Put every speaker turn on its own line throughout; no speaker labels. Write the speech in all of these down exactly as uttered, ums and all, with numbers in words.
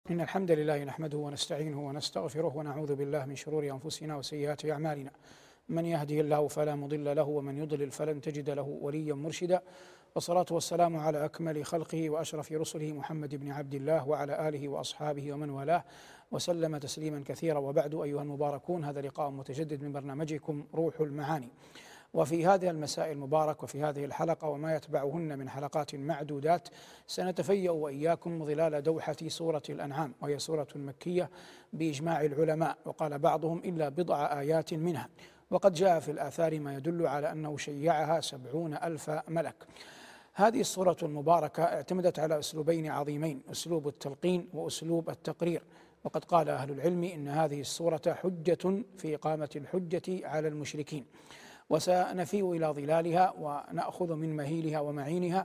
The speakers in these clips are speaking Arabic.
إن الحمد لله نحمده ونستعينه ونستغفره ونعوذ بالله من شرور أنفسنا وسيئات أعمالنا. من يهده الله فلا مضل له ومن يضلل فلن تجد له وليا مرشدا، والصلاة والسلام على أكمل خلقه وأشرف رسله محمد بن عبد الله وعلى آله وأصحابه ومن والاه وسلم تسليما كثيرا. وبعد، أيها المباركون، هذا لقاء متجدد من برنامجكم روح المعاني، وفي هذا المساء المبارك وفي هذه الحلقة وما يتبعهن من حلقات معدودات سنتفيأ وإياكم ظلال دوحة سورة الأنعام، وهي سورة مكية بإجماع العلماء، وقال بعضهم إلا بضع آيات منها، وقد جاء في الآثار ما يدل على أنه شيعها سبعون ألف ملك. هذه السورة المباركة اعتمدت على أسلوبين عظيمين، أسلوب التلقين وأسلوب التقرير، وقد قال أهل العلم إن هذه السورة حجة في إقامة الحجة على المشركين، وسنفيء إلى ظلالها ونأخذ من مهيلها ومعينها،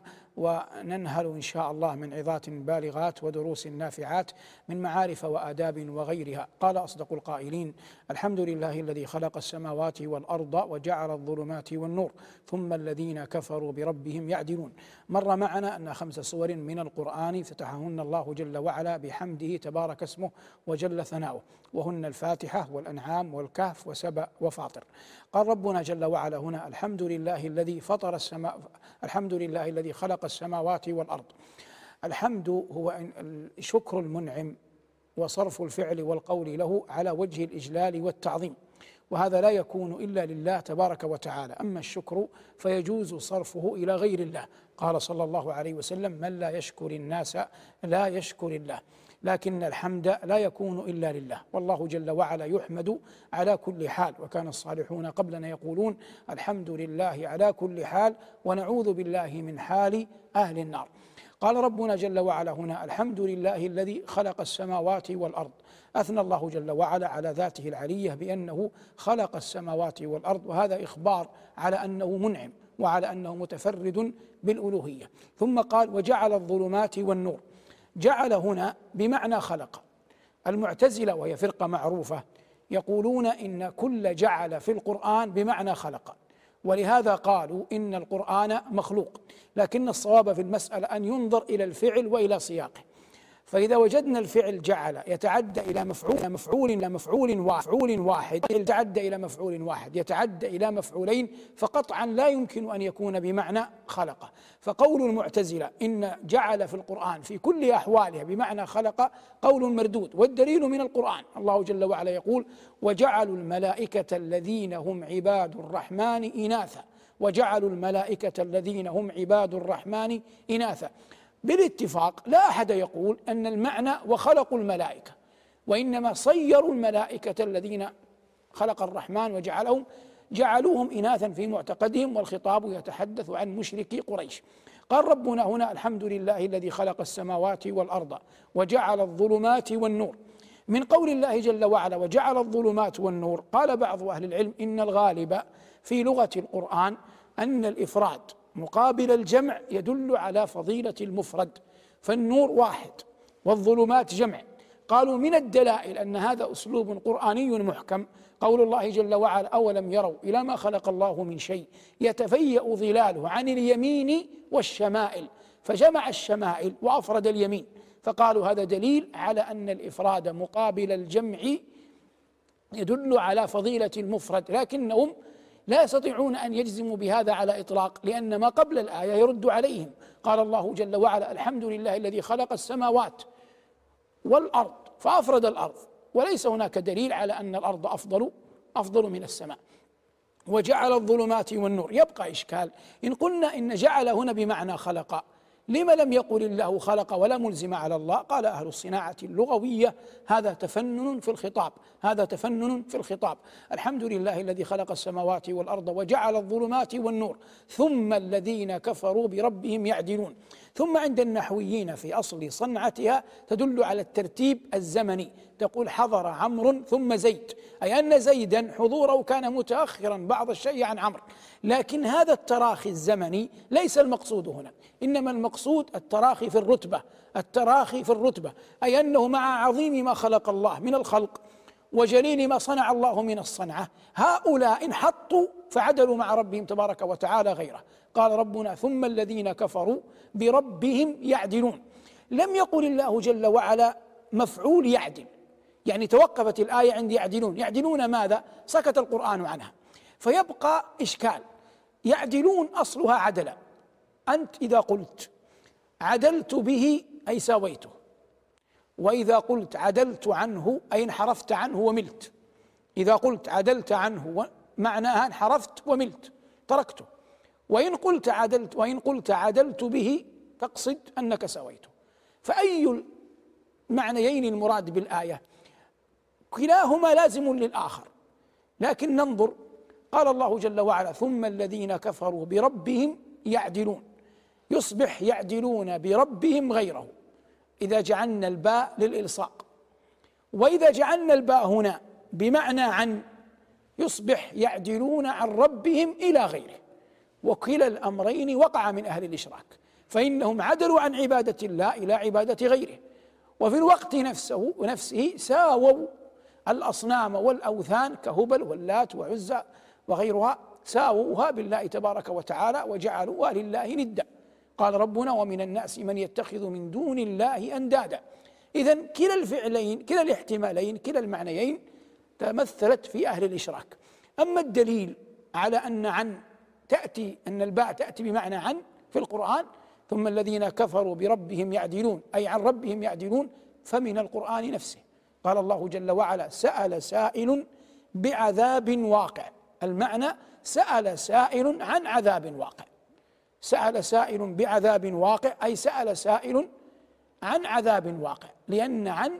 وننهل إن شاء الله من عظات بالغات ودروس نافعات من معارف وآداب وغيرها. قال أصدق القائلين: الحمد لله الذي خلق السماوات والأرض وجعل الظلمات والنور ثم الذين كفروا بربهم يعدلون. مر معنا أن خمس سور من القرآن فتحهن الله جل وعلا بحمده تبارك اسمه وجل ثناؤه، وهن الفاتحة والأنعام والكهف وسبأ وفاطر. قال ربنا جل وعلا هنا: الحمد لله الذي فطر السماء الحمد لله الذي خلق السماوات والأرض. الحمد هو شكر المنعم وصرف الفعل والقول له على وجه الإجلال والتعظيم، وهذا لا يكون إلا لله تبارك وتعالى. أما الشكر فيجوز صرفه إلى غير الله. قال صلى الله عليه وسلم: من لا يشكر الناس لا يشكر الله. لكن الحمد لا يكون إلا لله، والله جل وعلا يحمد على كل حال، وكان الصالحون قبلنا يقولون: الحمد لله على كل حال ونعوذ بالله من حال أهل النار. قال ربنا جل وعلا هنا: الحمد لله الذي خلق السماوات والأرض. أثنى الله جل وعلا على ذاته العلية بأنه خلق السماوات والأرض، وهذا إخبار على أنه منعم وعلى أنه متفرد بالألوهية. ثم قال: وجعل الظلمات والنور. جعل هنا بمعنى خلق. المعتزلة وهي فرقة معروفة يقولون إن كل جعل في القرآن بمعنى خلق، ولهذا قالوا إن القرآن مخلوق، لكن الصواب في المسألة أن ينظر إلى الفعل وإلى سياقه. فإذا وجدنا الفعل جعل يتعدى إلى مفعول مفعول إلى مفعول مفعول واحد يتعدى إلى مفعول واحد يتعدى إلى مفعولين، فقطعا لا يمكن أن يكون بمعنى خلق. فقول المعتزلة إن جعل في القرآن في كل أحوالها بمعنى خلق قول مردود، والدليل من القرآن. الله جل وعلا يقول: وجعلوا الملائكة الذين هم عباد الرحمن إناثا وجعلوا الملائكة الذين هم عباد الرحمن إناثا. بالاتفاق لا أحد يقول أن المعنى وخلقوا الملائكة، وإنما صيروا الملائكة الذين خلق الرحمن وجعلهم جعلوهم إناثا في معتقدهم، والخطاب يتحدث عن مشركي قريش. قال ربنا هنا: الحمد لله الذي خلق السماوات والأرض وجعل الظلمات والنور. من قول الله جل وعلا وجعل الظلمات والنور، قال بعض أهل العلم إن الغالب في لغة القرآن أن الإفراد مقابل الجمع يدل على فضيلة المفرد، فالنور واحد والظلمات جمع. قالوا من الدلائل أن هذا أسلوب قرآني محكم قول الله جل وعلا: أولم يروا إلى ما خلق الله من شيء يتفيأ ظلاله عن اليمين والشمائل، فجمع الشمائل وأفرد اليمين، فقالوا هذا دليل على أن الإفراد مقابل الجمع يدل على فضيلة المفرد، لكنهم لا يستطيعون أن يجزموا بهذا على إطلاق، لأن ما قبل الآية يرد عليهم. قال الله جل وعلا: الحمد لله الذي خلق السماوات والأرض، فأفرد الأرض، وليس هناك دليل على أن الأرض أفضل أفضل من السماء. وجعل الظلمات والنور. يبقى إشكال إن قلنا إن جعل هنا بمعنى خلق، لما لم يقل الله خلق ولا ملزم على الله؟ قال أهل الصناعة اللغوية: هذا تفنن في الخطاب هذا تفنن في الخطاب الحمد لله الذي خلق السماوات والأرض وجعل الظلمات والنور ثم الذين كفروا بربهم يعدلون. ثم عند النحويين في أصل صنعتها تدل على الترتيب الزمني، تقول: حضر عمرو ثم زيد، أي أن زيدا حضوره كان متأخرا بعض الشيء عن عمرو، لكن هذا التراخي الزمني ليس المقصود هنا، إنما المقصود التراخي في الرتبة التراخي في الرتبة أي أنه مع عظيم ما خلق الله من الخلق وجليل ما صنع الله من الصنعة، هؤلاء انحطوا فعدلوا مع ربهم تبارك وتعالى غيره. قال ربنا: ثم الذين كفروا بربهم يعدلون. لم يقل الله جل وعلا مفعول يعدل، يعني توقفت الآية عند يعدلون. يعدلون ماذا؟ سكت القرآن عنها، فيبقى إشكال. يعدلون أصلها عدلا. أنت إذا قلت عدلت به أي ساويته، وإذا قلت عدلت عنه أي انحرفت عنه وملت. إذا قلت عدلت عنه معناها انحرفت وملت، تركته. وإن قلت عدلت وإن قلت عدلت به تقصد أنك سويته. فأي المعنيين المراد بالآية؟ كلاهما لازم للآخر، لكن ننظر. قال الله جل وعلا: ثم الذين كفروا بربهم يعدلون. يصبح يعدلون بربهم غيره إذا جعلنا الباء للإلصاق، وإذا جعلنا الباء هنا بمعنى عن يصبح يعدلون عن ربهم إلى غيره. وكلا الأمرين وقع من أهل الإشراك، فإنهم عدلوا عن عبادة الله إلى عبادة غيره، وفي الوقت نفسه ونفسه ساووا الأصنام والأوثان كهبل واللات وعزى وغيرها، ساووها بالله تبارك وتعالى وجعلوها لله ندا. قال ربنا: ومن الناس من يتخذ من دون الله أندادا. إذن كلا الفعلين كلا الاحتمالين كلا المعنيين تمثلت في أهل الإشراك. أما الدليل على أن عن تأتي أن الباء تأتي بمعنى عن في القرآن: ثم الذين كفروا بربهم يعدلون أي عن ربهم يعدلون، فمن القرآن نفسه. قال الله جل وعلا: سأل سائل بعذاب واقع. المعنى: سأل سائل عن عذاب واقع. سأل سائل بعذاب واقع أي سأل سائل عن عذاب واقع، لأن عن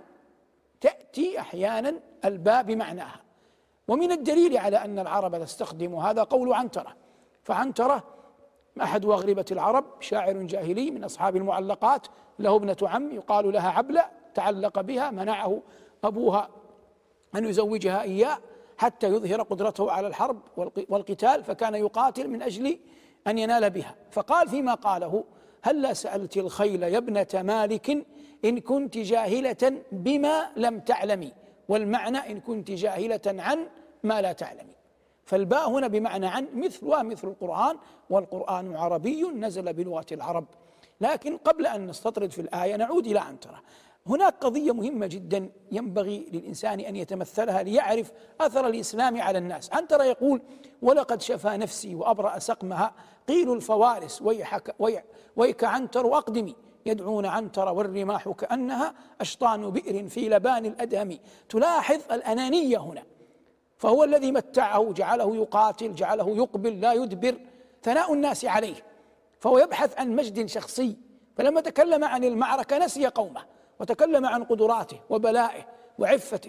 تأتي أحيانا الباء بمعناها. ومن الدليل على أن العرب تستخدم هذا قول عنترة. فعنترة أحد أغربة العرب، شاعر جاهلي من أصحاب المعلقات، له ابنة عم يقال لها عبلة، تعلق بها، منعه أبوها أن يزوجها إياه حتى يظهر قدرته على الحرب والقتال، فكان يقاتل من أجل أن ينال بها. فقال فيما قاله: هلا سألت الخيل يا ابنة مالك إن كنت جاهلة بما لم تعلمي. والمعنى: إن كنت جاهلة عن ما لا تعلمي. فالباء هنا بمعنى عن مثلها مثل القرآن، والقرآن عربي نزل بلغة العرب. لكن قبل أن نستطرد في الآية نعود إلى عنترة. هناك قضية مهمة جدا ينبغي للإنسان أن يتمثلها ليعرف أثر الإسلام على الناس. عنترة يقول: ولقد شفى نفسي وأبرأ سقمها قيل الفوارس ويحك ويك عنتر أقدمي. يدعون عنتر والرماح كأنها أشطان بئر في لبان الأدهم. تلاحظ الأنانية هنا، فهو الذي متعه، جعله يقاتل، جعله يقبل لا يدبر، ثناء الناس عليه، فهو يبحث عن مجد شخصي. فلما تكلم عن المعركة نسي قومه وتكلم عن قدراته وبلائه وعفته.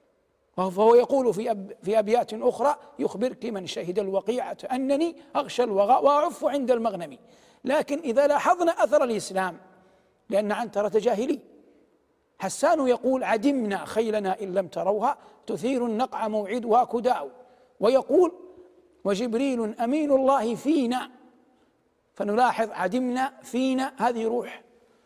فهو يقول في أب في أبيات أخرى: يخبرك من شهد الوقيعة أنني أغشى الوغى وأعف عند المغنم. لكن إذا لاحظنا أثر الإسلام، لأن عنترة جاهلي، حسان يقول: عدمنا خيلنا إن لم تروها تثير النقع موعدها كداء. ويقول: وجبريل أمين الله فينا. فنلاحظ عدمنا فينا، هذه روح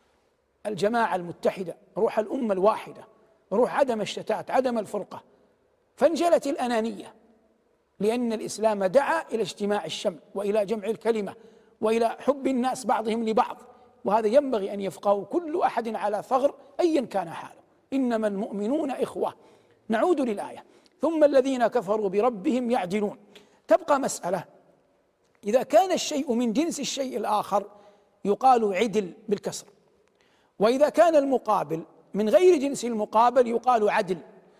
الجماعة المتحدة، روح الأمة الواحدة، روح عدم الشتات، عدم الفرقة. فانجلت الأنانية، لأن الإسلام دعا إلى اجتماع الشمل وإلى جمع الكلمة وإلى حب الناس بعضهم لبعض. وهذا ينبغي أن يفقهوا كل أحد على ثغر أيا كان حاله. إنما المؤمنون إخوة. نعود للآية: ثم الذين كفروا بربهم يعدلون. تبقى مسألة: إذا كان الشيء من جنس الشيء الآخر يقال عدل بالكسر، وإذا كان المقابل من غير جنس المقابل يقال عدل.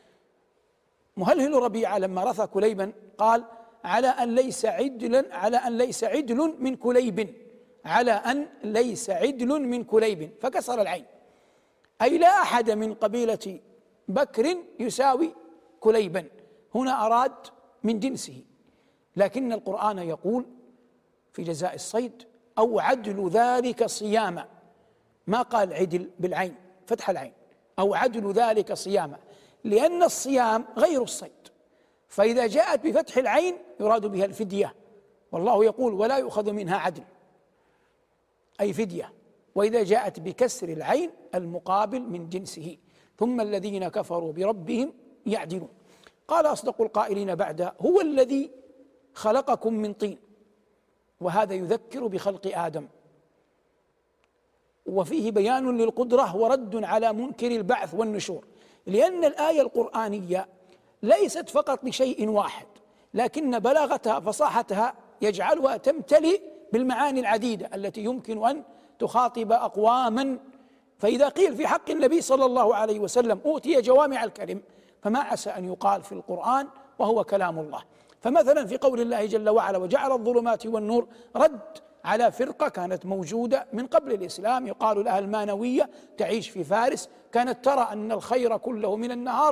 مهلهل ربيعة لما رثى كليبا قال: على أن ليس عدلا على أن ليس عدل من كليب على أن ليس عدل من كليب، فكسر العين، أي لا أحد من قبيلة بكر يساوي كليبا. هنا أراد من جنسه، لكن القرآن يقول في جزاء الصيد: أو عدل ذلك صياما. ما قال عدل بالعين فتح العين، أو عدل ذلك صياما، لأن الصيام غير الصيد. فإذا جاءت بفتح العين يراد بها الفدية، والله يقول: ولا يؤخذ منها عدل أي فدية. وإذا جاءت بكسر العين المقابل من جنسه: ثم الذين كفروا بربهم يعدلون. قال أصدق القائلين بعد: هو الذي خلقكم من طين. وهذا يذكر بخلق آدم، وفيه بيان للقدرة ورد على منكر البعث والنشور، لأن الآية القرآنية ليست فقط لشيء واحد، لكن بلاغتها فصاحتها يجعلها تمتلئ بالمعاني العديدة التي يمكن أن تخاطب أقواما. فإذا قيل في حق النبي صلى الله عليه وسلم أوتي جوامع الكلم، فما عسى أن يقال في القرآن وهو كلام الله. فمثلا في قول الله جل وعلا وجعل الظلمات والنور رد على فرقة كانت موجودة من قبل الإسلام يقال لها المانوية، تعيش في فارس، كانت ترى أن الخير كله من النهار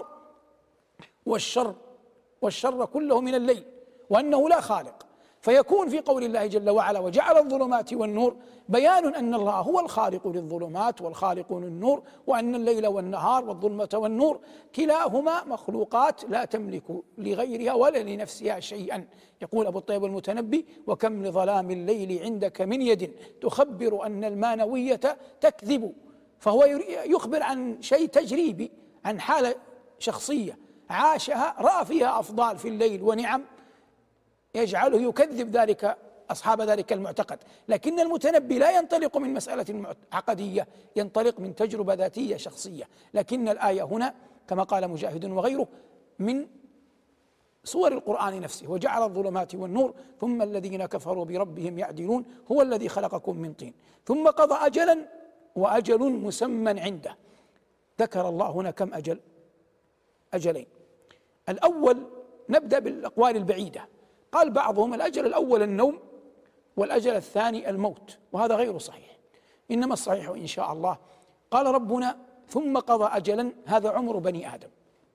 والشر والشر كله من الليل، وأنه لا خالق. فيكون في قول الله جل وعلا وجعل الظلمات والنور بيان أن الله هو الخالق للظلمات والخالق للنور، وأن الليل والنهار والظلمة والنور كلاهما مخلوقات لا تملك لغيرها ولا لنفسها شيئا. يقول أبو الطيب المتنبي وكم لظلام الليل عندك من يد تخبر أن المانوية تكذب. فهو يخبر عن شيء تجريبي، عن حالة شخصية عاشها، رأى فيها أفضال في الليل ونعم يجعله يكذب ذلك أصحاب ذلك المعتقد. لكن المتنبي لا ينطلق من مسألة عقدية، ينطلق من تجربة ذاتية شخصية. لكن الآية هنا كما قال مجاهد وغيره من صور القرآن نفسه، وجعل الظلمات والنور ثم الذين كفروا بربهم يعدلون هو الذي خلقكم من طين ثم قضى أجلا وأجل مسمى عنده. ذكر الله هنا كم أجل؟ أجلين. الأول نبدأ بالأقوال البعيدة، قال بعضهم الأجل الأول النوم والأجل الثاني الموت، وهذا غير صحيح. إنما الصحيح إن شاء الله قال ربنا ثم قضى أجلا، هذا عمر بني آدم،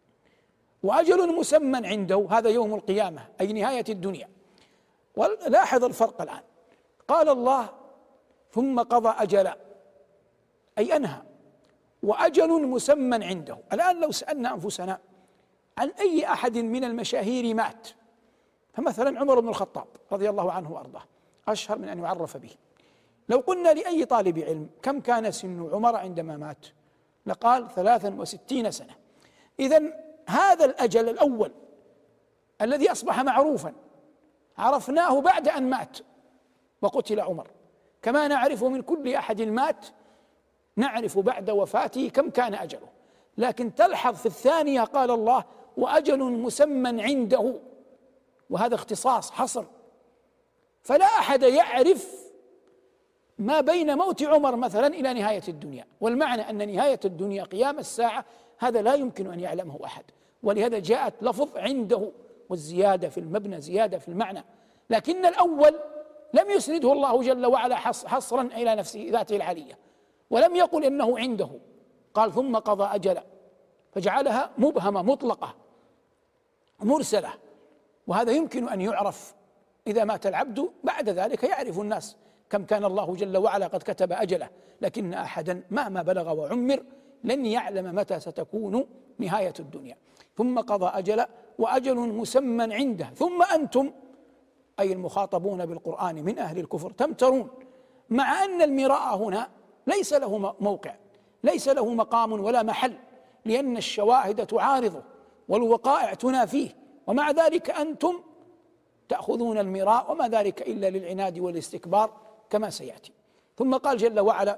وأجل مسمى عنده هذا يوم القيامة أي نهاية الدنيا. ولاحظ الفرق الآن، قال الله ثم قضى أجلا أي أنهى، وأجل مسمى عنده. الآن لو سألنا أنفسنا عن أي أحد من المشاهير مات، فمثلا عمر بن الخطاب رضي الله عنه وأرضاه أشهر من أن يعرف به، لو قلنا لأي طالب علم كم كان سن عمر عندما مات لقال ثلاثا وستين سنة. إذن هذا الأجل الأول الذي أصبح معروفا عرفناه بعد أن مات وقتل عمر، كما نعرف من كل أحد مات نعرف بعد وفاته كم كان أجله. لكن تلحظ في الثانية قال الله وأجل مسمى عنده، وهذا اختصاص حصر، فلا أحد يعرف ما بين موت عمر مثلا إلى نهاية الدنيا. والمعنى أن نهاية الدنيا قيام الساعة هذا لا يمكن أن يعلمه أحد، ولهذا جاءت لفظ عنده، والزيادة في المبنى زيادة في المعنى. لكن الأول لم يسنده الله جل وعلا حصرا إلى نفسه ذاته العلية، ولم يقل إنه عنده، قال ثم قضى أجلا، فجعلها مبهمة مطلقة مرسلة. وهذا يمكن أن يعرف إذا مات العبد، بعد ذلك يعرف الناس كم كان الله جل وعلا قد كتب أجله. لكن أحدا مهما بلغ وعمر لن يعلم متى ستكون نهاية الدنيا. ثم قضى أجلا وأجل مسمى عنده ثم أنتم أي المخاطبون بالقرآن من أهل الكفر تمترون، مع أن المراء هنا ليس له موقع، ليس له مقام ولا محل، لأن الشواهد تعارضه والوقائع تنافيه، ومع ذلك أنتم تأخذون المراء، وما ذلك إلا للعناد والاستكبار كما سيأتي. ثم قال جل وعلا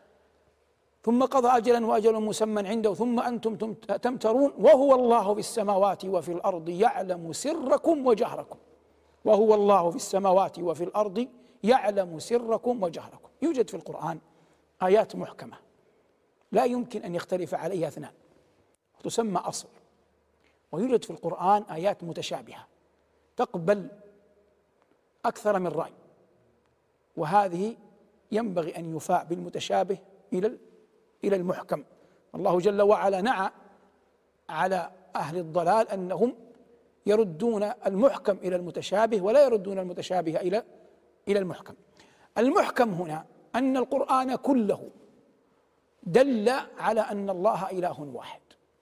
ثم قضى أجلا وأجل مسمى عنده ثم أنتم تمترون وهو الله في السماوات وفي الأرض يعلم سركم وجهركم. وهو الله في السماوات وفي الأرض يعلم سركم وجهركم. يوجد في القرآن آيات محكمة لا يمكن أن يختلف عليها اثنان، تسمى أصل. ويوجد في القرآن آيات متشابهة تقبل أكثر من رأي، وهذه ينبغي أن يفاء بالمتشابه إلى إلى المحكم. الله جل وعلا نعى على أهل الضلال أنهم يردون المحكم إلى المتشابه ولا يردون المتشابه إلى إلى المحكم. المحكم هنا أن القرآن كله دل على أن الله إله واحد،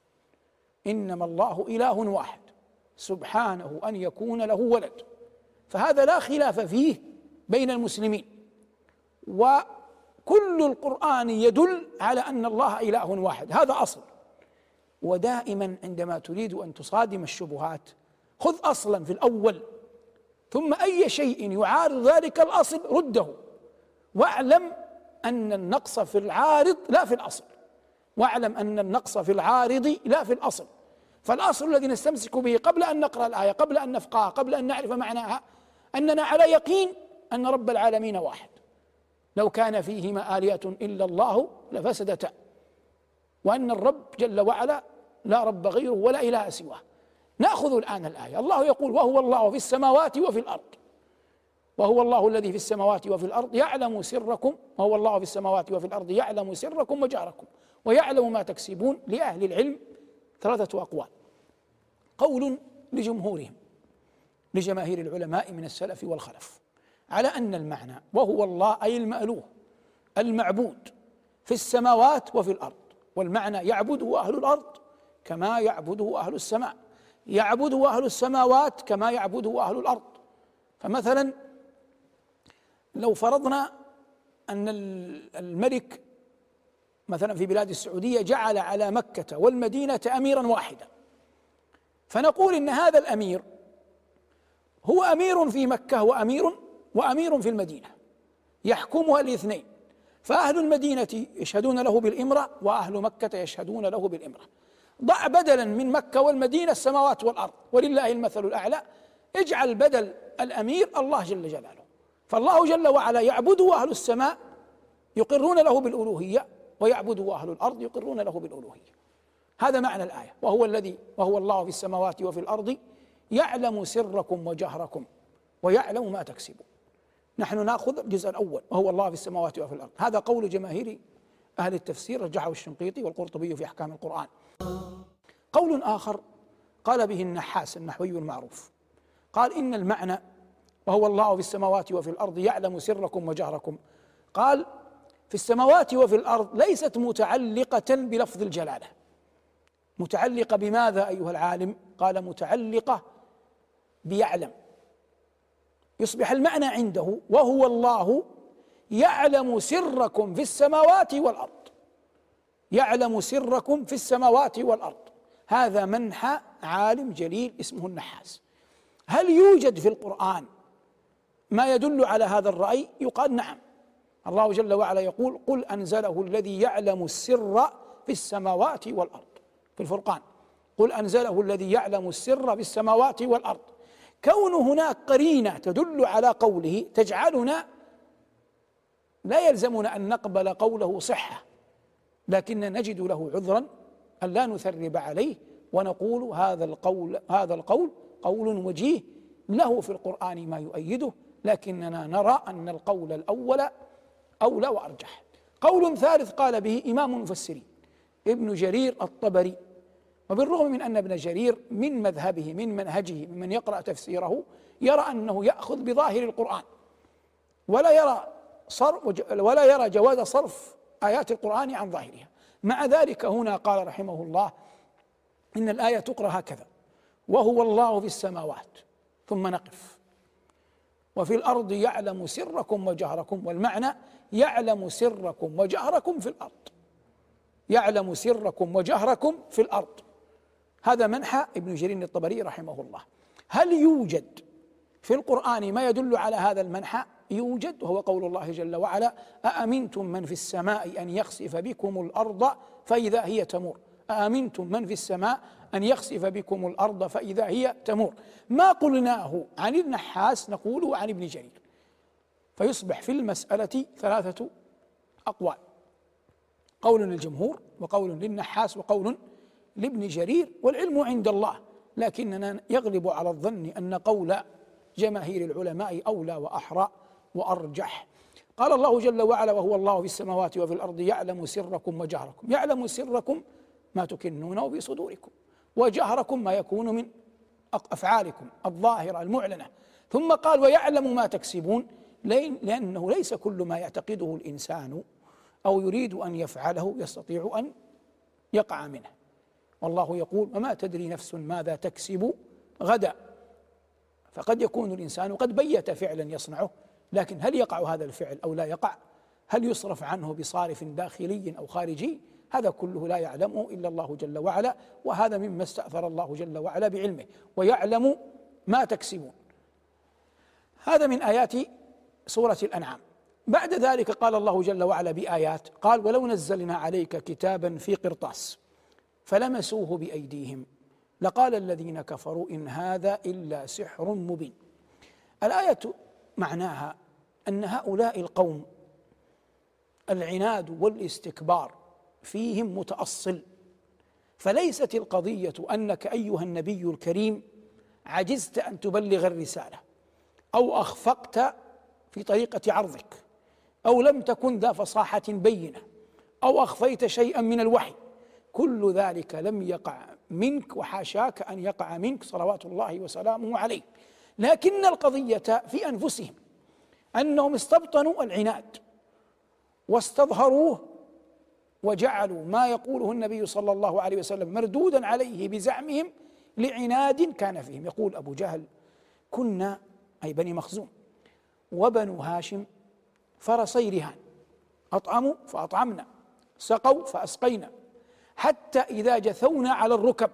إنما الله إله واحد سبحانه أن يكون له ولد، فهذا لا خلاف فيه بين المسلمين. وكل القرآن يدل على أن الله إله واحد، هذا أصل. ودائما عندما تريد أن تصادم الشبهات خذ أصلا في الأول، ثم أي شيء يعارض ذلك الأصل رده، واعلم أن النقص في العارض لا في الأصل، واعلم أن النقص في العارض لا في الأصل. فالأصل الذي نستمسك به قبل أن نقرأ الآية، قبل أن نفقهها، قبل أن نعرف معناها، أننا على يقين أن رب العالمين واحد. لو كان فيهما آلهة إلا الله لفسدتا، وأن الرب جل وعلا لا رب غيره ولا إله سواه. نأخذ الآن الآية. الله يقول: وهو الله في السماوات وفي الأرض، وهو الله الذي في السماوات وفي الأرض يعلم سركم، وهو الله في السماوات وفي الأرض يعلم سركم وجهركم ويعلم ما تكسبون. لأهل العلم ثلاثة أقوال: قول لجمهورهم، لجماهير العلماء من السلف والخلف، على أن المعنى وهو الله أي المألوه المعبود في السماوات وفي الأرض، والمعنى يعبده أهل الأرض كما يعبده أهل السماء، يعبده أهل السماوات كما يعبده أهل الأرض. فمثلا لو فرضنا أن الملك مثلا في بلاد السعودية جعل على مكة والمدينة أميرا واحدا، فنقول إن هذا الأمير هو أمير في مكة وأمير وأمير في المدينة، يحكمها الاثنين، فأهل المدينة يشهدون له بالإمرة وأهل مكة يشهدون له بالإمرة. ضع بدلا من مكة والمدينة السماوات والأرض، ولله المثل الأعلى، اجعل بدل الأمير الله جل جلاله. فالله جل وعلا يعبده أهل السماء يقرون له بالألوهية، ويعبده أهل الأرض يقرون له بالألوهية. هذا معنى الآية: وهو الذي وهو الله في السماوات وفي الأرض يعلم سركم وجهركم ويعلم ما تكسبون. نحن نأخذ الجزء الأول: وهو الله في السماوات وفي الأرض. هذا قول جماهير أهل التفسير، رجحه الشنقيطي والقرطبي في أحكام القرآن. قول آخر قال به النحاس النحوي المعروف، قال: إن المعنى وهو الله في السماوات وفي الأرض يعلم سركم وجهركم، قال: في السماوات وفي الأرض ليست متعلقة بلفظ الجلالة. متعلقة بماذا أيها العالم؟ قال: متعلقة بيعلم. يصبح المعنى عنده: وهو الله يعلم سركم في السماوات والأرض، يعلم سركم في السماوات والأرض. هذا منحى عالم جليل اسمه النحاس. هل يوجد في القرآن ما يدل على هذا الرأي؟ يقال نعم. الله جل وعلا يقول: قل أنزله الذي يعلم السر في السماوات والأرض، في الفرقان: قل أنزله الذي يعلم السر في السماوات والأرض. كون هناك قرينة تدل على قوله تجعلنا لا يلزمنا أن نقبل قوله صحة، لكن نجد له عذرا أن لا نثرب عليه ونقول هذا القول هذا القول قول وجيه له في القرآن ما يؤيده، لكننا نرى أن القول الأول أولى وأرجح. قول ثالث قال به إمام المفسرين ابن جرير الطبري، وبالرغم من أن ابن جرير من مذهبه من منهجه ممن يقرأ تفسيره يرى أنه يأخذ بظاهر القرآن ولا يرى صرف ولا يرى جواز صرف آيات القرآن عن ظاهرها. مع ذلك هنا قال رحمه الله إن الآية تقرأ هكذا: وهو الله في السماوات، ثم نقف، وفي الأرض يعلم سركم وجهركم. والمعنى يعلم سركم وجهركم في الأرض، يعلم سركم وجهركم في الأرض. هذا منحى ابن جرير الطبري رحمه الله. هل يوجد في القرآن ما يدل على هذا المنحى؟ يوجد، وهو قول الله جل وعلا: أأمنتم من في السماء أن يخسف بكم الأرض فإذا هي تمور. أأمنتم من في السماء أن يخسف بكم الأرض فإذا هي تمور. ما قلناه عن النحاس نقوله عن ابن جرير، فيصبح في المسألة ثلاثة أقوال: قول للجمهور، وقول للنحاس، وقول لابن جرير، والعلم عند الله، لكننا يغلب على الظن أن قول جماهير العلماء أولى وأحرى وأرجح. قال الله جل وعلا: وهو الله في السماوات وفي الأرض يعلم سركم وجهركم. يعلم سركم ما تكنونه بصدوركم، وجهركم ما يكون من أفعالكم الظاهرة المعلنة. ثم قال: ويعلم ما تكسبون، لأنه ليس كل ما يعتقده الإنسان أو يريد أن يفعله يستطيع أن يقع منه. والله يقول: وما تدري نفس ماذا تكسب غدا. فقد يكون الإنسان قد بيت فعلا يصنعه، لكن هل يقع هذا الفعل أو لا يقع؟ هل يصرف عنه بصارف داخلي أو خارجي؟ هذا كله لا يعلمه إلا الله جل وعلا، وهذا مما استأثر الله جل وعلا بعلمه. ويعلم ما تكسبون، هذا من آيات سورة الأنعام. بعد ذلك قال الله جل وعلا بآيات، قال ولو نزلنا عليك كتابا في قرطاس فلمسوه بأيديهم لقال الذين كفروا إن هذا إلا سحر مبين. الآية معناها أن هؤلاء القوم العناد والاستكبار فيهم متأصل، فليست القضية أنك أيها النبي الكريم عجزت أن تبلغ الرسالة أو أخفقت في طريقة عرضك أو لم تكن ذا فصاحة بينة أو أخفيت شيئا من الوحي، كل ذلك لم يقع منك وحاشاك أن يقع منك صلوات الله وسلامه عليه، لكن القضية في أنفسهم أنهم استبطنوا العناد واستظهروه وجعلوا ما يقوله النبي صلى الله عليه وسلم مردودا عليه بزعمهم لعناد كان فيهم. يقول أبو جهل كنا أي بني مخزوم وبنو هاشم فرسي رهان، أطعموا فأطعمنا، سقوا فأسقينا، حتى إذا جثونا على الركب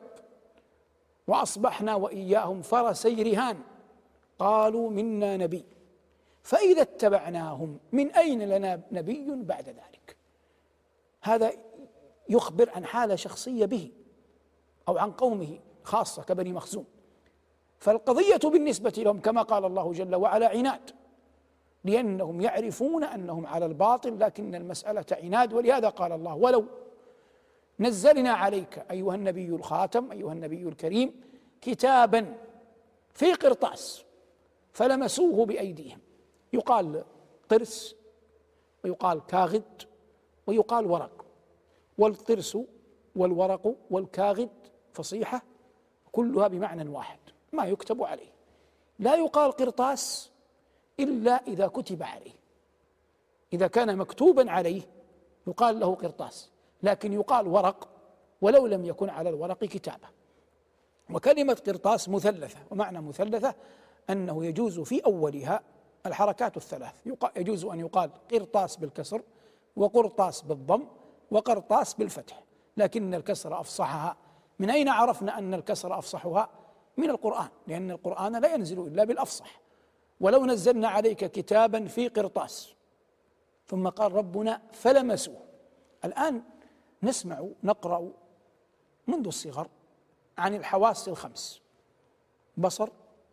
وأصبحنا وإياهم فرسي رهان قالوا منا نبي، فإذا اتبعناهم من أين لنا نبي بعد ذلك. هذا يخبر عن حالة شخصية به أو عن قومه خاصة كبني مخزوم. فالقضية بالنسبة لهم كما قال الله جل وعلا عناد، لأنهم يعرفون أنهم على الباطل لكن المسألة عناد. ولهذا قال الله ولو نزلنا عليك أيها النبي الخاتم أيها النبي الكريم كتابا في قرطاس فلمسوه بأيديهم. يقال قرس ويقال كاغد ويقال ورق، والقرس والورق والكاغد فصيحة كلها بمعنى واحد ما يكتب عليه. لا يقال قرطاس إلا إذا كتب عليه، إذا كان مكتوبا عليه يقال له قرطاس، لكن يقال ورق ولو لم يكن على الورق كتابة. وكلمة قرطاس مثلثة، ومعنى مثلثة أنه يجوز في أولها الحركات الثلاث، يجوز أن يقال قرطاس بالكسر وقرطاس بالضم وقرطاس بالفتح، لكن الكسر أفصحها. من أين عرفنا أن الكسر أفصحها؟ من القرآن، لأن القرآن لا ينزل إلا بالأفصح. ولو نزلنا عليك كتابا في قرطاس، ثم قال ربنا فلمسوه. الآن نسمع نقرأ منذ الصغر عن الحواس الخمس: بصر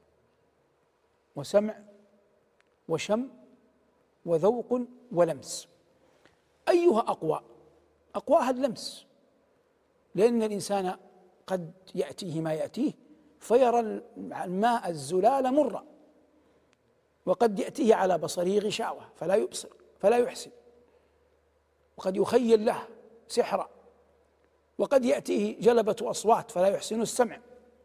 وسمع وشم وذوق ولمس. أيها أقوى؟ أقواها اللمس، لأن الإنسان قد يأتيه ما يأتيه فيرى الماء الزلال مرا، وقد يأتيه على بصره غشاوة فلا يبصر فلا يحسن، وقد يخيل له سحرا، وقد يأتيه جلبة أصوات فلا يحسن السمع،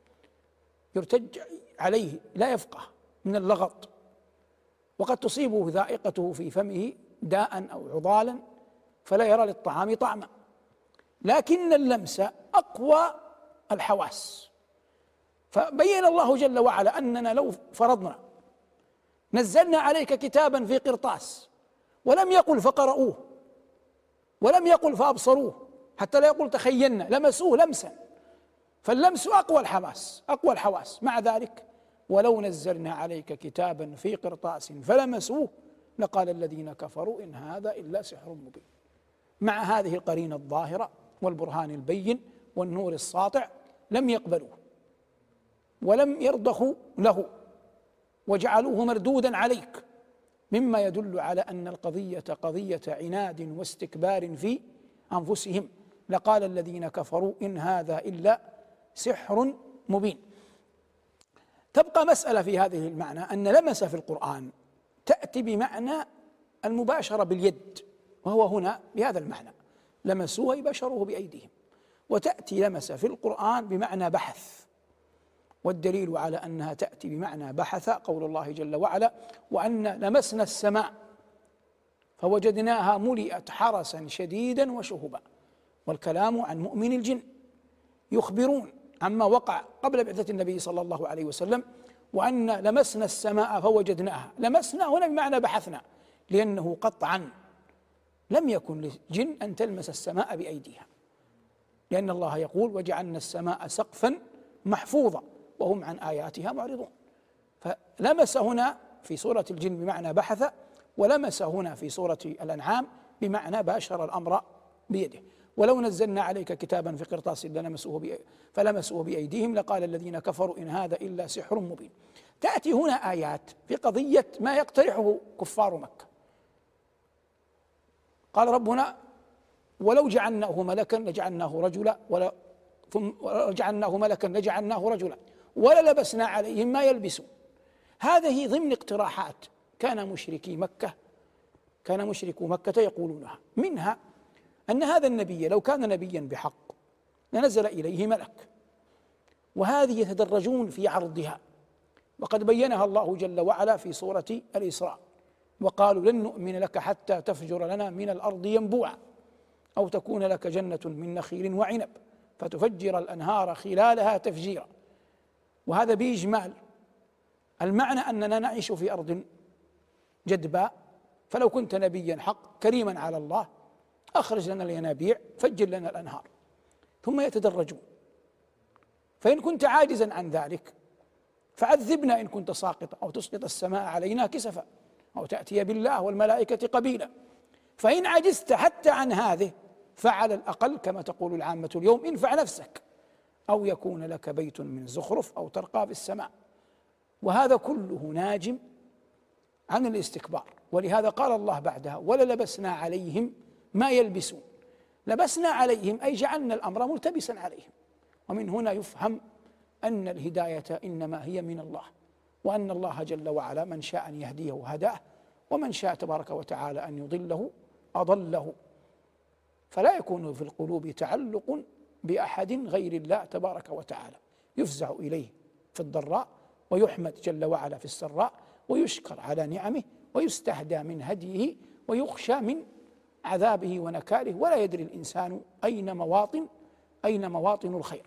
يرتج عليه لا يفقه من اللغط، وقد تصيبه ذائقته في فمه داء أو عضالا فلا يرى للطعام طعما. لكن اللمس أقوى الحواس، فبين الله جل وعلا أننا لو فرضنا نزلنا عليك كتابا في قرطاس، ولم يقل فقرؤوه ولم يقل فأبصروه حتى لا يقول تخيلنا، لمسوه لمسا، فاللمس أقوى الحواس أقوى الحواس. مع ذلك ولو نزلنا عليك كتابا في قرطاس فلمسوه لقال الذين كفروا إن هذا إلا سحر مبين. مع هذه القرينة الظاهرة والبرهان البين والنور الساطع لم يقبلوه ولم يرضخوا له وجعلوه مردودا عليك، مما يدل على أن القضية قضية عناد واستكبار في أنفسهم. لقال الذين كفروا إن هذا إلا سحر مبين. تبقى مسألة في هذه المعنى أن لمس في القرآن تأتي بمعنى المباشرة باليد، وهو هنا بهذا المعنى لمسوه أي بشروه بأيديهم، وتأتي لمس في القرآن بمعنى بحث، والدليل على أنها تأتي بمعنى بحث قول الله جل وعلا وأن لمسنا السماء فوجدناها ملئت حرسا شديدا وشهبا. والكلام عن مؤمن الجن، يخبرون عما وقع قبل بعثة النبي صلى الله عليه وسلم، وأن لمسنا السماء فوجدناها. لمسنا هنا بمعنى بحثنا، لأنه قطعا لم يكن للجن أن تلمس السماء بأيديها، لأن الله يقول وجعلنا السماء سقفا محفوظا وهم عن آياتها معرضون. فلمس هنا في سورة الجن بمعنى بحث، ولمس هنا في سورة الأنعام بمعنى باشر الأمر بيده. ولو نزلنا عليك كتابا في قرطاس للمسوه فلمسوه بأيديهم لقال الذين كفروا إن هذا إلا سحر مبين. تأتي هنا آيات في قضية ما يقترحه كفار مكة. قال ربنا ولو جعلناه ملكا لجعلناه رجلا ولا ثم جعلناه ملكا لجعلناه رجلا وللبسنا عليهم ما يلبسون. هذه ضمن اقتراحات كان مشركي مكة كان مشركو مكة يقولونها، منها أن هذا النبي لو كان نبيا بحق لنزل إليه ملك، وهذه يتدرجون في عرضها، وقد بينها الله جل وعلا في سورة الإسراء وقالوا لن نؤمن لك حتى تفجر لنا من الأرض ينبوعا أو تكون لك جنة من نخيل وعنب فتفجر الأنهار خلالها تفجيرا. وهذا بإجمال المعنى أننا نعيش في أرض جدباء، فلو كنت نبيا حق كريما على الله أخرج لنا الينابيع فجر لنا الأنهار. ثم يتدرجون، فإن كنت عاجزا عن ذلك فعذبنا إن كنت ساقطا أو تسقط السماء علينا كسفا أو تأتي بالله والملائكة قبيلا. فإن عجزت حتى عن هذه فعلى الأقل كما تقول العامة اليوم انفع نفسك أو يكون لك بيت من زخرف أو ترقى في السماء. وهذا كله ناجم عن الاستكبار. ولهذا قال الله بعدها وللبسنا عليهم ما يلبسون. لبسنا عليهم أي جعلنا الأمر ملتبسا عليهم. ومن هنا يفهم أن الهداية إنما هي من الله، وأن الله جل وعلا من شاء أن يهديه هداه، ومن شاء تبارك وتعالى أن يضله أضله. فلا يكون في القلوب تعلق بأحد غير الله تبارك وتعالى، يفزع إليه في الضراء ويحمد جل وعلا في السراء ويشكر على نعمه ويستهدى من هديه ويخشى من عذابه ونكاله، ولا يدري الإنسان أين مواطن أين مواطن الخير.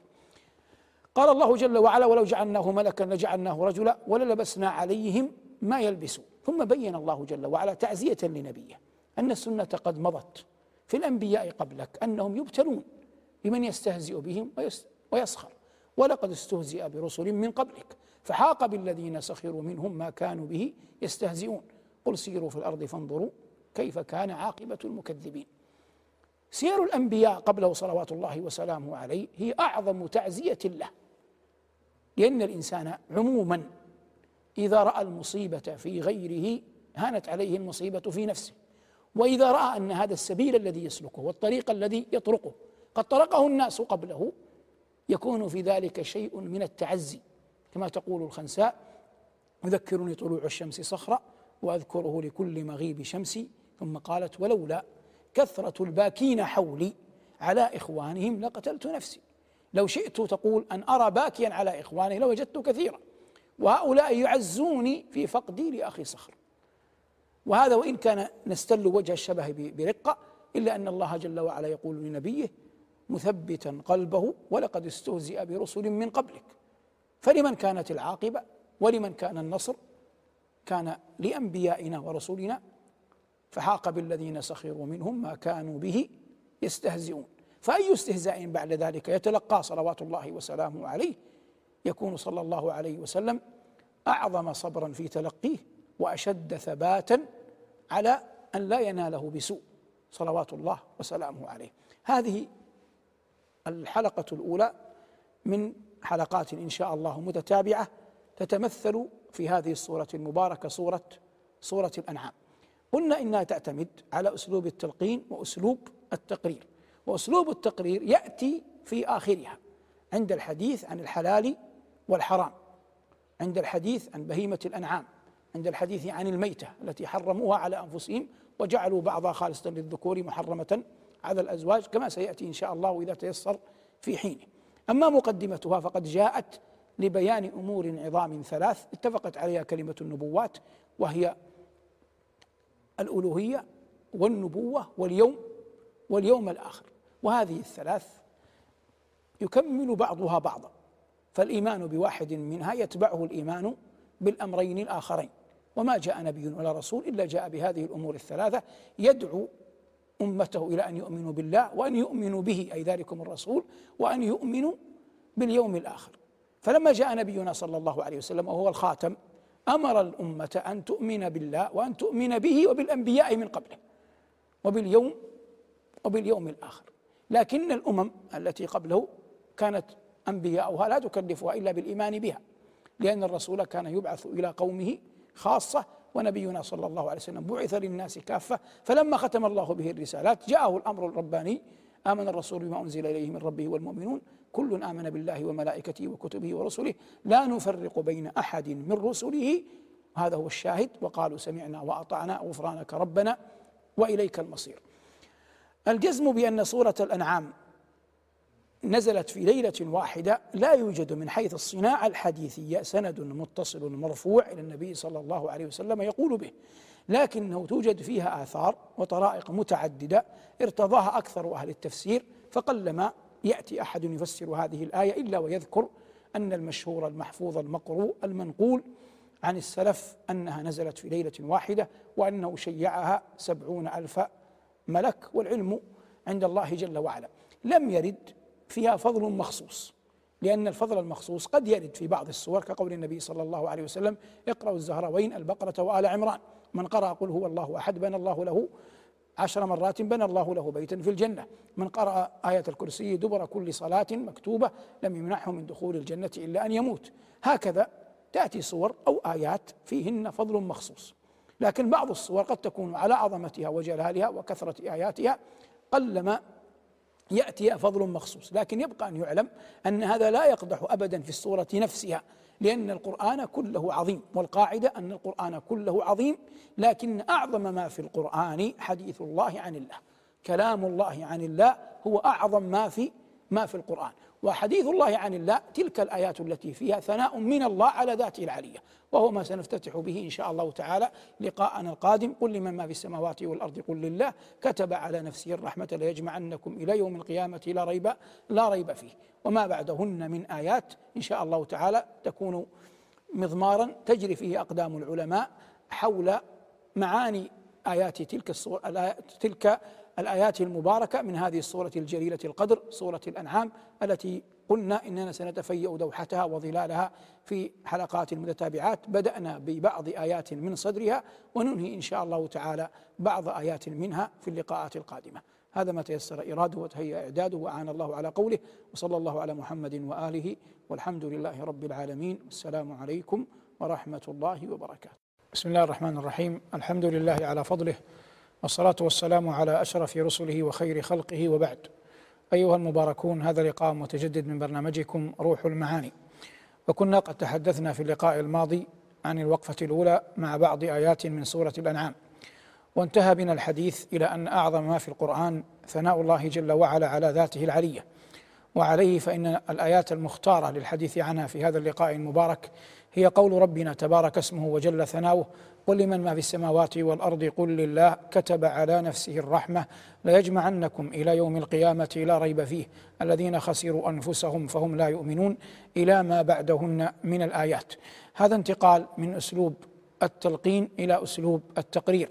قال الله جل وعلا ولو جعلناه ملكا لجعلناه رجلا وللبسنا عليهم ما يلبسون. ثم بين الله جل وعلا تعزية لنبيه أن السنة قد مضت في الأنبياء قبلك أنهم يبتلون بمن يستهزئ بهم ويسخر، ولقد استهزئ برسل من قبلك فحاق بالذين سخروا منهم ما كانوا به يستهزئون قل سيروا في الأرض فانظروا كيف كان عاقبة المكذبين. سير الأنبياء قبله صلوات الله وسلامه عليه هي أعظم تعزية له، لأن الإنسان عموما إذا رأى المصيبة في غيره هانت عليه المصيبة في نفسه، وإذا رأى أن هذا السبيل الذي يسلكه والطريق الذي يطرقه قد طرقه الناس قبله يكون في ذلك شيء من التعزي، كما تقول الخنساء يذكرني طلوع الشمس صخرة وأذكره لكل مغيب شمسي. ثم قالت ولولا كثرة الباكين حولي على إخوانهم لقتلت نفسي. لو شئت تقول أن أرى باكيا على إخواني لوجدت كثيرا، وهؤلاء يعزوني في فقدي لأخي صخر. وهذا وإن كان نستل وجه الشبه برقة، إلا أن الله جل وعلا يقول لنبيه مثبتا قلبه ولقد استهزئ برسل من قبلك. فلمن كانت العاقبة ولمن كان النصر؟ كان لأنبيائنا ورسولنا، فحاق بالذين سخروا منهم ما كانوا به يستهزئون. فأي استهزاء بعد ذلك يتلقى صلوات الله وسلامه عليه يكون صلى الله عليه وسلم أعظم صبرا في تلقيه وأشد ثباتا على أن لا يناله بسوء صلوات الله وسلامه عليه. هذه الحلقة الأولى من حلقات إن شاء الله متتابعة تتمثل في هذه السورة المباركة سورة سورة الأنعام. قلنا إنها تعتمد على أسلوب التلقين وأسلوب التقرير، وأسلوب التقرير يأتي في آخرها عند الحديث عن الحلال والحرام، عند الحديث عن بهيمة الأنعام، عند الحديث عن الميتة التي حرموها على أنفسهم وجعلوا بعضها خالصة للذكور محرمة على الأزواج، كما سيأتي إن شاء الله إذا تيسر في حينه. أما مقدمتها فقد جاءت لبيان أمور عظام ثلاث اتفقت عليها كلمة النبوات، وهي الألوهية والنبوة واليوم واليوم الآخر. وهذه الثلاث يكمل بعضها بعضا، فالإيمان بواحد منها يتبعه الإيمان بالأمرين الآخرين. وما جاء نبي ولا رسول إلا جاء بهذه الأمور الثلاثة يدعو أمته إلى أن يؤمنوا بالله وأن يؤمنوا به أي ذلكم الرسول، وأن يؤمنوا باليوم الآخر. فلما جاء نبينا صلى الله عليه وسلم وهو الخاتم أمر الأمة أن تؤمن بالله وأن تؤمن به وبالأنبياء من قبله وباليوم وباليوم الآخر. لكن الأمم التي قبله كانت أنبياؤها لا تكلفها إلا بالإيمان بها، لأن الرسول كان يبعث إلى قومه خاصة، ونبينا صلى الله عليه وسلم بعث للناس كافة. فلما ختم الله به الرسالات جاءه الأمر الرباني: آمن الرسول بما أنزل إليه من ربه والمؤمنون كل آمن بالله وملائكته وكتبه ورسله لا نفرق بين أحد من رسله. هذا هو الشاهد. وقالوا سمعنا وأطعنا غفرانك ربنا وإليك المصير. الجزم بأن سورة الأنعام نزلت في ليلة واحدة لا يوجد من حيث الصناعة الحديثية سند متصل مرفوع إلى النبي صلى الله عليه وسلم يقول به، لكنه توجد فيها آثار وطرائق متعددة ارتضاها أكثر أهل التفسير، فقلما يأتي أحد يفسر هذه الآية إلا ويذكر أن المشهور المحفوظ المقروء المنقول عن السلف أنها نزلت في ليلة واحدة، وأنه شيعها سبعون ألف ملك، والعلم عند الله جل وعلا. لم يرد فيها فضل مخصوص، لأن الفضل المخصوص قد يرد في بعض السور كقول النبي صلى الله عليه وسلم: اقرأوا الزهراوين البقرة وآل عمران، من قرأ قل هو الله أحد بنى الله له عشر مرات بنى الله له بيتا في الجنة، من قرأ آية الكرسي دبر كل صلاة مكتوبة لم يمنعه من دخول الجنة إلا أن يموت. هكذا تأتي صور أو آيات فيهن فضل مخصوص، لكن بعض الصور قد تكون على عظمتها وجلالها وكثرة آياتها قلما يأتي فضل مخصوص. لكن يبقى أن يعلم أن هذا لا يقدح أبدا في السورة نفسها، لأن القرآن كله عظيم، والقاعدة أن القرآن كله عظيم، لكن أعظم ما في القرآن حديث الله عن الله، كلام الله عن الله هو أعظم ما في ما في القرآن. وحديث الله عن الله تلك الآيات التي فيها ثناء من الله على ذاته العلية، وهو ما سنفتتح به إن شاء الله تعالى لقاءنا القادم: قل لمن ما في السماوات والأرض قل لله كتب على نفسه الرحمة ليجمعنكم إلى يوم القيامة لا ريب لا ريب فيه. وما بعدهن من آيات إن شاء الله تعالى تكون مضمارا تجري فيه أقدام العلماء حول معاني آيات تلك الصور تلك الآيات المباركة من هذه السورة الجليلة القدر، سورة الأنعام، التي قلنا إننا سنتفيأ دوحتها وظلالها في حلقات المتتابعات. بدأنا ببعض آيات من صدرها، وننهي إن شاء الله تعالى بعض آيات منها في اللقاءات القادمة. هذا ما تيسر إراده وتهيأ إعداده، وأعان الله على قوله، وصلى الله على محمد وآله، والحمد لله رب العالمين. السلام عليكم ورحمة الله وبركاته. بسم الله الرحمن الرحيم. الحمد لله على فضله، والصلاة والسلام على أشرف رسله وخير خلقه، وبعد. أيها المباركون، هذا لقاء متجدد من برنامجكم روح المعاني، وكنا قد تحدثنا في اللقاء الماضي عن الوقفة الأولى مع بعض آيات من سورة الأنعام، وانتهى بنا الحديث إلى أن أعظم ما في القرآن ثناء الله جل وعلا على ذاته العلية، وعليه فإن الآيات المختارة للحديث عنها في هذا اللقاء المبارك هي قول ربنا تبارك اسمه وجل ثناؤه: قل لمن ما في السماوات والأرض قل لله كتب على نفسه الرحمة ليجمعنكم إلى يوم القيامة لا ريب فيه الذين خسروا أنفسهم فهم لا يؤمنون، إلى ما بعدهن من الآيات. هذا انتقال من أسلوب التلقين إلى أسلوب التقرير،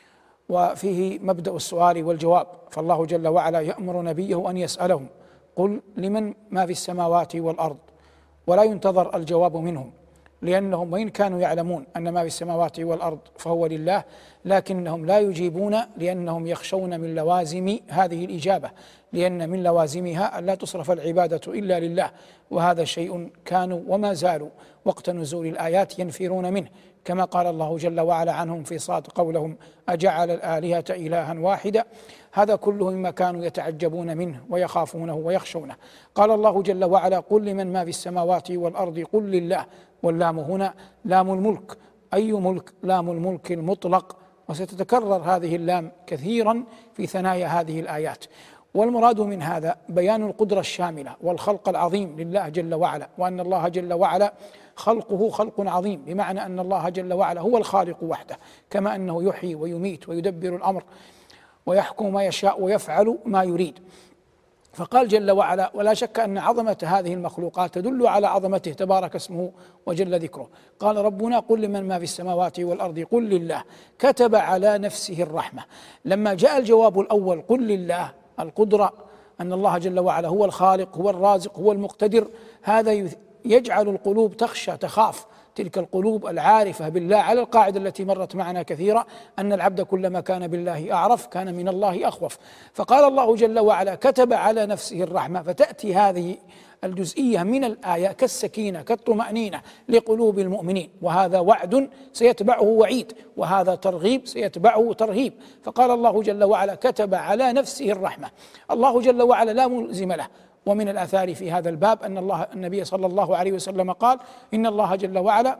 وفيه مبدأ السؤال والجواب، فالله جل وعلا يأمر نبيه أن يسألهم: قل لمن ما في السماوات والأرض، ولا ينتظر الجواب منهم، لأنهم وإن كانوا يعلمون أن ما في السماوات والأرض فهو لله، لكنهم لا يجيبون لأنهم يخشون من لوازم هذه الإجابة، لأن من لوازمها أن لا تصرف العبادة إلا لله، وهذا شيء كانوا وما زالوا وقت نزول الآيات ينفرون منه، كما قال الله جل وعلا عنهم في صاد قولهم: أجعل الآلهة إلها واحدا. هذا كله مما كانوا يتعجبون منه ويخافونه ويخشونه. قال الله جل وعلا: قل لمن ما في السماوات والأرض قل لله، واللام هنا لام الملك. أي ملك؟ لام الملك المطلق، وستتكرر هذه اللام كثيرا في ثنايا هذه الآيات. والمراد من هذا بيان القدرة الشاملة والخلق العظيم لله جل وعلا، وأن الله جل وعلا خلقه خلق عظيم، بمعنى أن الله جل وعلا هو الخالق وحده، كما أنه يحيي ويميت ويدبر الأمر ويحكم ما يشاء ويفعل ما يريد. فقال جل وعلا: ولا شك أن عظمة هذه المخلوقات تدل على عظمته تبارك اسمه وجل ذكره. قال ربنا: قل لمن ما في السماوات والأرض قل لله كتب على نفسه الرحمة. لما جاء الجواب الأول قل لله، القدرة، أن الله جل وعلا هو الخالق هو الرازق هو المقتدر، هذا يجعل القلوب تخشى تخاف تلك القلوب العارفة بالله على القاعدة التي مرت معنا كثيرا أن العبد كلما كان بالله أعرف كان من الله أخوف. فقال الله جل وعلا كتب على نفسه الرحمة، فتأتي هذه الجزئية من الآية كالسكينة كالطمأنينة لقلوب المؤمنين، وهذا وعد سيتبعه وعيد، وهذا ترغيب سيتبعه ترهيب. فقال الله جل وعلا كتب على نفسه الرحمة. الله جل وعلا لا ملزم له. ومن الآثار في هذا الباب أن الله النبي صلى الله عليه وسلم قال إن الله جل وعلا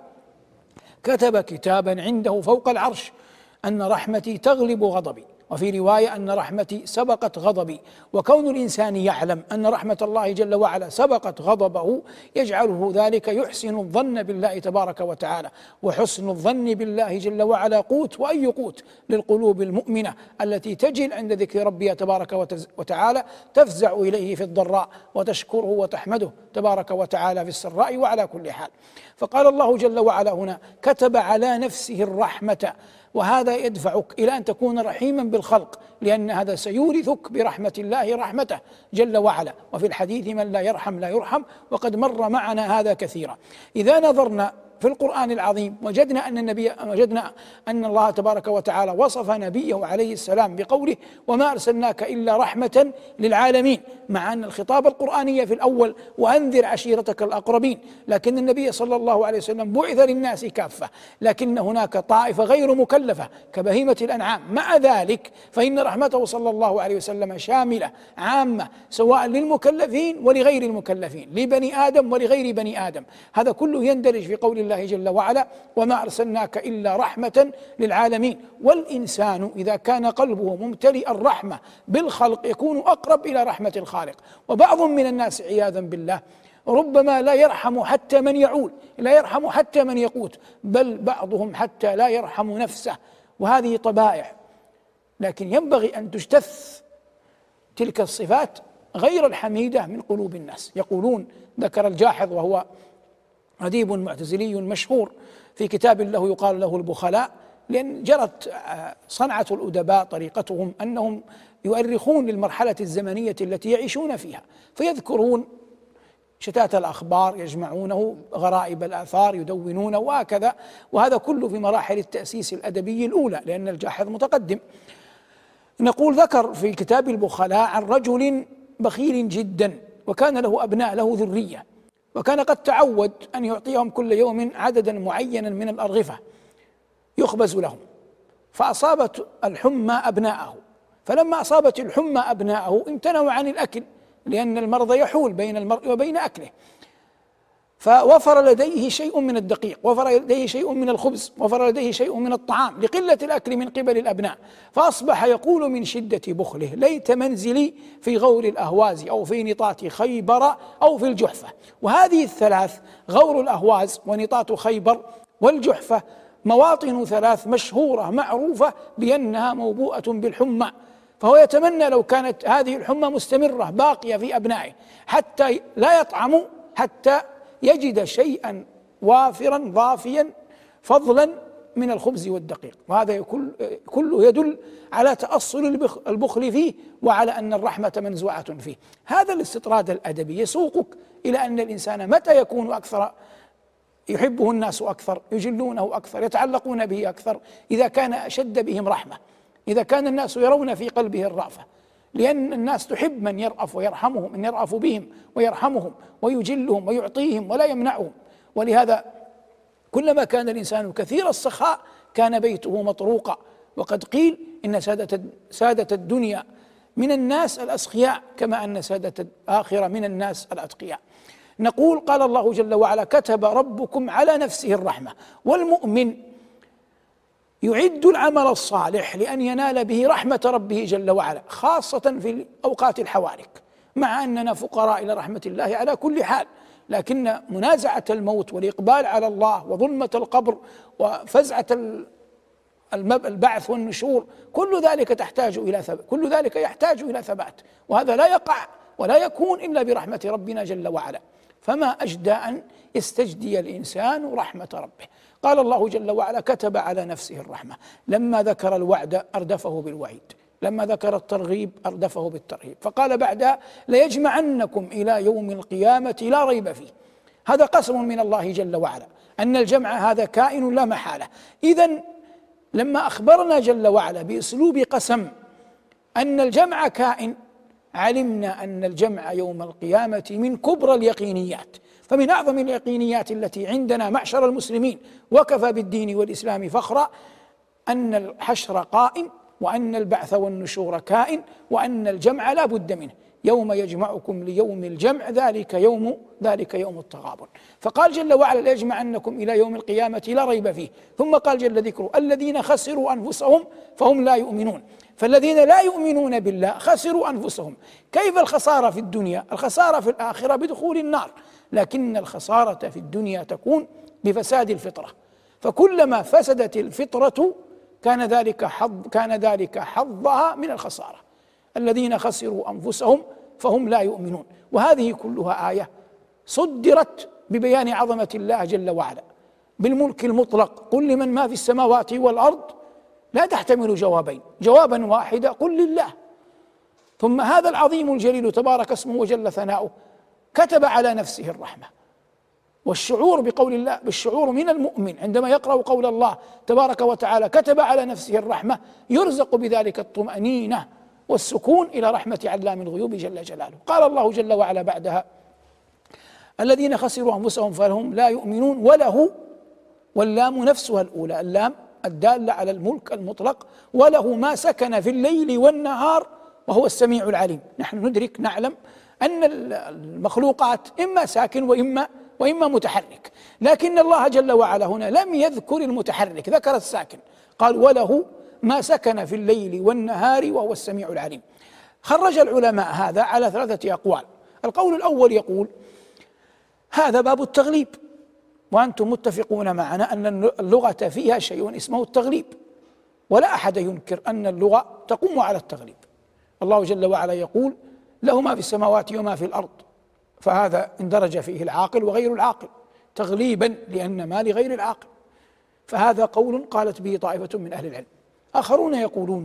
كتب كتابا عنده فوق العرش أن رحمتي تغلب غضبي، وفي رواية أن رحمتي سبقت غضبي. وكون الإنسان يعلم أن رحمة الله جل وعلا سبقت غضبه يجعله ذلك يحسن الظن بالله تبارك وتعالى، وحسن الظن بالله جل وعلا قوت، وأي قوت للقلوب المؤمنة التي تجل عند ذكر ربها تبارك وتعالى تفزع إليه في الضراء وتشكره وتحمده تبارك وتعالى في السراء وعلى كل حال. فقال الله جل وعلا هنا كتب على نفسه الرحمة، وهذا يدفعك إلى أن تكون رحيما بالخلق، لأن هذا سيورثك برحمة الله رحمته جل وعلا. وفي الحديث من لا يرحم لا يرحم، وقد مر معنا هذا كثيرا. إذا نظرنا في القرآن العظيم وجدنا أن النبي وجدنا أن الله تبارك وتعالى وصف نبيه عليه السلام بقوله وما أرسلناك إلا رحمة للعالمين، مع أن الخطاب القرآني في الأول وأنذر عشيرتك الأقربين، لكن النبي صلى الله عليه وسلم بعث للناس كافة، لكن هناك طائفة غير مكلفة كبهيمة الأنعام. مع ذلك فإن رحمته صلى الله عليه وسلم شاملة عامة سواء للمكلفين ولغير المكلفين، لبني آدم ولغير بني آدم. هذا كله يندرج في قول الله جل وعلا وما أرسلناك إلا رحمة للعالمين. والإنسان إذا كان قلبه ممتلئ الرحمة بالخلق يكون أقرب إلى رحمة الخالق. وبعض من الناس عياذا بالله ربما لا يرحم حتى من يعول، لا يرحم حتى من يقوت، بل بعضهم حتى لا يرحم نفسه، وهذه طبائع. لكن ينبغي أن تجتث تلك الصفات غير الحميدة من قلوب الناس. يقولون ذكر الجاحظ وهو أديب معتزلي مشهور في كتاب له يقال له البخلاء، لأن جرت صنعة الأدباء طريقتهم أنهم يؤرخون للمرحلة الزمنية التي يعيشون فيها، فيذكرون شتات الأخبار يجمعونه، غرائب الآثار يدونونه، وهكذا. وهذا كله في مراحل التأسيس الأدبي الأولى، لأن الجاحظ متقدم. نقول ذكر في كتاب البخلاء عن رجل بخيل جدا، وكان له أبناء له ذرية، وكان قد تعود أن يعطيهم كل يوم عددا معينا من الأرغفة يخبز لهم، فأصابت الحمى أبناءه، فلما أصابت الحمى أبناءه امتنعوا عن الأكل، لأن المرض يحول بين المرء وبين أكله، فوفر لديه شيء من الدقيق، وفر لديه شيء من الخبز، وفر لديه شيء من الطعام لقلة الأكل من قبل الأبناء، فأصبح يقول من شدة بخله ليت منزلي في غور الأهواز أو في نطاط خيبر أو في الجحفة. وهذه الثلاث غور الأهواز ونطاط خيبر والجحفة مواطن ثلاث مشهورة معروفة بأنها موبوءة بالحمى، فهو يتمنى لو كانت هذه الحمى مستمرة باقية في أبنائه حتى لا يطعموا، حتى يجد شيئا وافرا ضافيا فضلا من الخبز والدقيق. وهذا كله يدل على تأصل البخل فيه وعلى أن الرحمة منزوعة فيه. هذا الاستطراد الأدبي يسوقك إلى أن الإنسان متى يكون أكثر يحبه الناس أكثر، يجلونه أكثر، يتعلقون به أكثر، إذا كان أشد بهم رحمة، إذا كان الناس يرون في قلبه الرأفة، لأن الناس تحب من يرأف ويرحمهم، من يرأف بهم ويرحمهم ويجلهم ويعطيهم ولا يمنعهم. ولهذا كلما كان الإنسان كثير السخاء كان بيته مطروقا. وقد قيل إن سادة سادة الدنيا من الناس الأسخياء كما أن سادة الآخرة من الناس الأتقياء. نقول قال الله جل وعلا كتب ربكم على نفسه الرحمة. والمؤمن يعد العمل الصالح لأن ينال به رحمة ربه جل وعلا، خاصة في أوقات الحوارك، مع أننا فقراء إلى رحمة الله على كل حال، لكن منازعة الموت والإقبال على الله وظلمة القبر وفزعة البعث والنشور كل ذلك تحتاج إلى ثبات، كل ذلك يحتاج إلى ثبات، وهذا لا يقع ولا يكون إلا برحمة ربنا جل وعلا. فما أجدى أن يستجدي الإنسان رحمة ربه. قال الله جل وعلا كتب على نفسه الرحمة. لما ذكر الوعد أردفه بالوعيد، لما ذكر الترغيب أردفه بالترهيب، فقال بعدها ليجمعنكم إلى يوم القيامة لا ريب فيه. هذا قسم من الله جل وعلا أن الجمع هذا كائن لا محالة. إذن لما أخبرنا جل وعلا بأسلوب قسم أن الجمع كائن، علمنا أن الجمع يوم القيامة من كبرى اليقينيات. فمن أعظم اليقينيات التي عندنا معشر المسلمين وكفى بالدين والإسلام فخرا أن الحشر قائم، وأن البعث والنشور كائن، وأن الجمع لا بد منه. يوم يجمعكم ليوم الجمع ذلك يوم ذلك يوم التغابن. فقال جل وعلا ليجمعنكم إلى يوم القيامة لا ريب فيه. ثم قال جل ذكره الذين خسروا أنفسهم فهم لا يؤمنون. فالذين لا يؤمنون بالله خسروا أنفسهم. كيف الخسارة في الدنيا؟ الخسارة في الآخرة بدخول النار، لكن الخسارة في الدنيا تكون بفساد الفطرة. فكلما فسدت الفطرة كان ذلك حظ كان ذلك حظها من الخسارة. الذين خسروا أنفسهم فهم لا يؤمنون. وهذه كلها آية صدرت ببيان عظمة الله جل وعلا بالملك المطلق. قل لمن ما في السماوات والأرض لا تحتمل جوابين، جوابا واحدا قل لله. ثم هذا العظيم الجليل تبارك اسمه وجل ثناؤه كتب على نفسه الرحمة. والشعور بقول الله، بالشعور من المؤمن عندما يقرأ قول الله تبارك وتعالى كتب على نفسه الرحمة، يرزق بذلك الطمأنينة والسكون إلى رحمة علام الغيوب جل جلاله. قال الله جل وعلا بعدها الذين خسروا أنفسهم فهم لا يؤمنون. وله، واللام نفسها الأولى، اللام الدالة على الملك المطلق، وله ما سكن في الليل والنهار وهو السميع العليم. نحن ندرك نعلم أن المخلوقات إما ساكن وإما وإما متحرك، لكن الله جل وعلا هنا لم يذكر المتحرك، ذكر الساكن. قال وله ما سكن في الليل والنهار وهو السميع العليم. خرج العلماء هذا على ثلاثة أقوال. القول الأول يقول هذا باب التغليب، وأنتم متفقون معنا أن اللغة فيها شيء اسمه التغليب، ولا أحد ينكر أن اللغة تقوم على التغليب. الله جل وعلا يقول له ما في السماوات وما في الأرض، فهذا اندرج فيه العاقل وغير العاقل تغليبا، لأن ما لغير العاقل. فهذا قول قالت به طائفة من أهل العلم. آخرون يقولون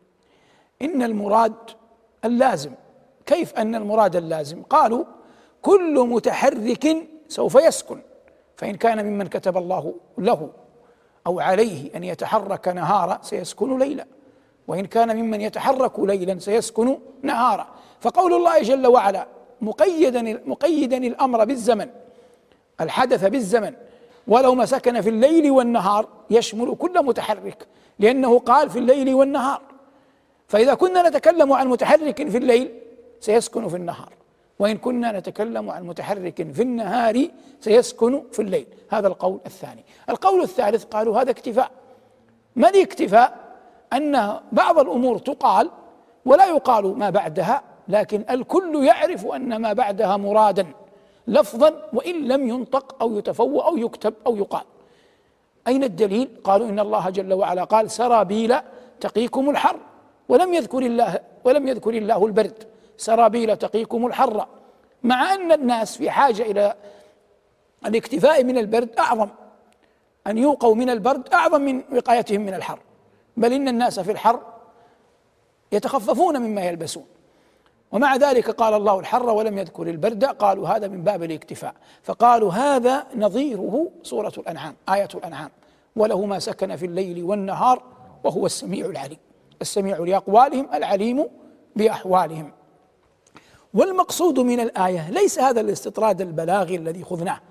إن المراد اللازم. كيف أن المراد اللازم؟ قالوا كل متحرك سوف يسكن، فإن كان ممن كتب الله له أو عليه أن يتحرك نهارا سيسكن ليلا، وإن كان ممن يتحرك ليلا سيسكن نهارا. فقول الله جل وعلا مقيدا مقيدا الأمر بالزمن، الحدث بالزمن، ولو ما سكن في الليل والنهار يشمل كل متحرك، لأنه قال في الليل والنهار. فإذا كنا نتكلم عن متحرك في الليل سيسكن في النهار، وإن كنا نتكلم عن متحرك في النهار سيسكن في الليل. هذا القول الثاني. القول الثالث قالوا هذا اكتفاء. ما الاكتفاء؟ أن بعض الأمور تقال ولا يقال ما بعدها، لكن الكل يعرف أن ما بعدها مرادا لفظا وإن لم ينطق أو يتفوى أو يكتب أو يقال. أين الدليل؟ قالوا إن الله جل وعلا قال سرابيل تقيكم الحر، ولم يذكر الله ولم يذكر الله البرد. سرابيل تقيكم الحر، مع أن الناس في حاجة إلى الاكتفاء من البرد أعظم، أن يوقوا من البرد أعظم من وقايتهم من الحر، بل إن الناس في الحر يتخففون مما يلبسون، ومع ذلك قال الله الحر ولم يذكر البرد. قالوا هذا من باب الاكتفاء، فقالوا هذا نظيره سورة الأنعام، آية الأنعام، وله ما سكن في الليل والنهار وهو السميع العليم. السميع لأقوالهم العليم بأحوالهم. والمقصود من الآية ليس هذا الاستطراد البلاغي الذي خذناه،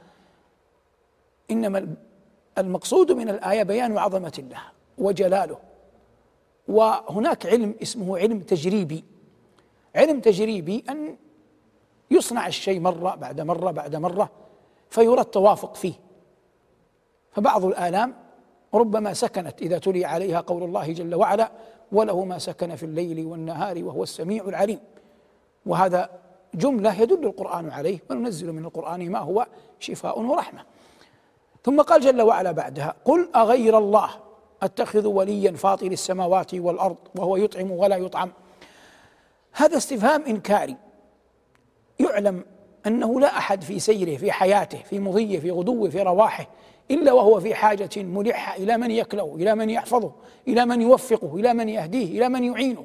إنما المقصود من الآية بيان عظمة الله وجلاله. وهناك علم اسمه علم تجريبي. علم تجريبي أن يصنع الشيء مرة بعد مرة بعد مرة فيرى التوافق فيه. فبعض الآلام ربما سكنت إذا تلي عليها قول الله جل وعلا وله ما سكن في الليل والنهار وهو السميع العليم، وهذا جملة يدل القرآن عليه، وننزل من القرآن ما هو شفاء ورحمة. ثم قال جل وعلا بعدها قل أغير الله أتخذ وليا فاطر السماوات والأرض وهو يطعم ولا يطعم. هذا استفهام إنكاري. يعلم أنه لا أحد في سيره في حياته في مضيه في غدوه في رواحه إلا وهو في حاجة ملحة إلى من يكله، إلى من يحفظه، إلى من يوفقه، إلى من يهديه، إلى من يعينه.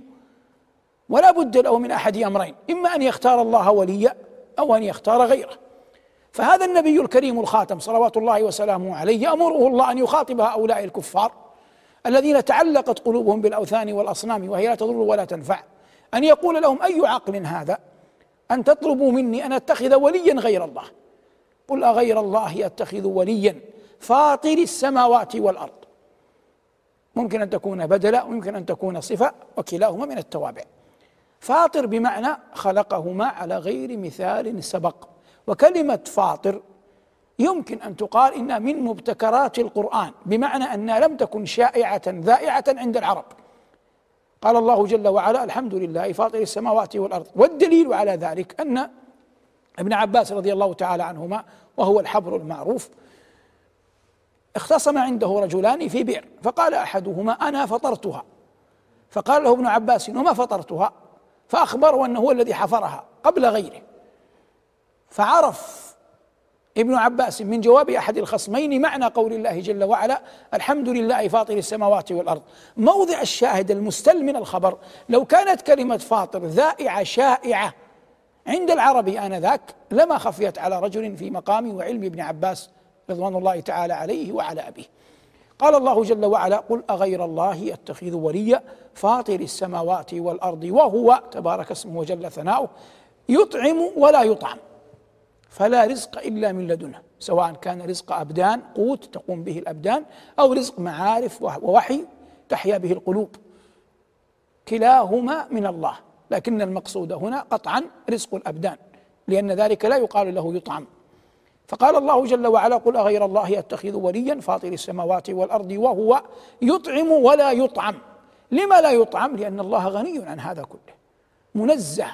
ولا بد له من أحد أمرين، إما أن يختار الله وليا أو أن يختار غيره. فهذا النبي الكريم الخاتم صلوات الله وسلامه عليه يأمره الله أن يخاطب هؤلاء الكفار الذين تعلقت قلوبهم بالأوثان والأصنام وهي لا تضر ولا تنفع، أن يقول لهم: أي عقل هذا أن تطلبوا مني أن أتخذ وليا غير الله؟ قل أغير الله أتخذ وليا فاطر السماوات والأرض. ممكن أن تكون بدلا ويمكن أن تكون صفة، وكلاهما من التوابع. فاطر بمعنى خلقهما على غير مثال سبق. وكلمة فاطر يمكن أن تقال إنها من مبتكرات القرآن، بمعنى أنها لم تكن شائعة ذائعة عند العرب. قال الله جل وعلا: الحمد لله فاطر السماوات والأرض. والدليل على ذلك أن ابن عباس رضي الله تعالى عنهما، وهو الحبر المعروف، اختصم عنده رجلان في بئر، فقال أحدهما: أنا فطرتها. فقال له ابن عباس: وما فطرتها؟ فأخبره أنه هو الذي حفرها قبل غيره. فعرف ابن عباس من جواب أحد الخصمين معنى قول الله جل وعلا: الحمد لله فاطر السماوات والأرض. موضع الشاهد المستل من الخبر: لو كانت كلمة فاطر ذائعة شائعة عند العرب آنذاك لما خفيت على رجل في مقام وعلم ابن عباس رضوان الله تعالى عليه وعلى أبيه. قال الله جل وعلا: قل أغير الله أتخذ وليا فاطر السماوات والأرض وهو تبارك اسمه وجل ثناؤه يطعم ولا يطعم فلا رزق إلا من لدنه، سواء كان رزق أبدان قوت تقوم به الأبدان أو رزق معارف ووحي تحيا به القلوب، كلاهما من الله. لكن المقصود هنا قطعا رزق الأبدان، لأن ذلك لا يقال له يطعم. فقال الله جل وعلا: قل أغير الله أتخذ وليا فاطر السماوات والأرض وهو يطعم ولا يطعم. لما لا يطعم؟ لأن الله غني عن هذا كله، منزه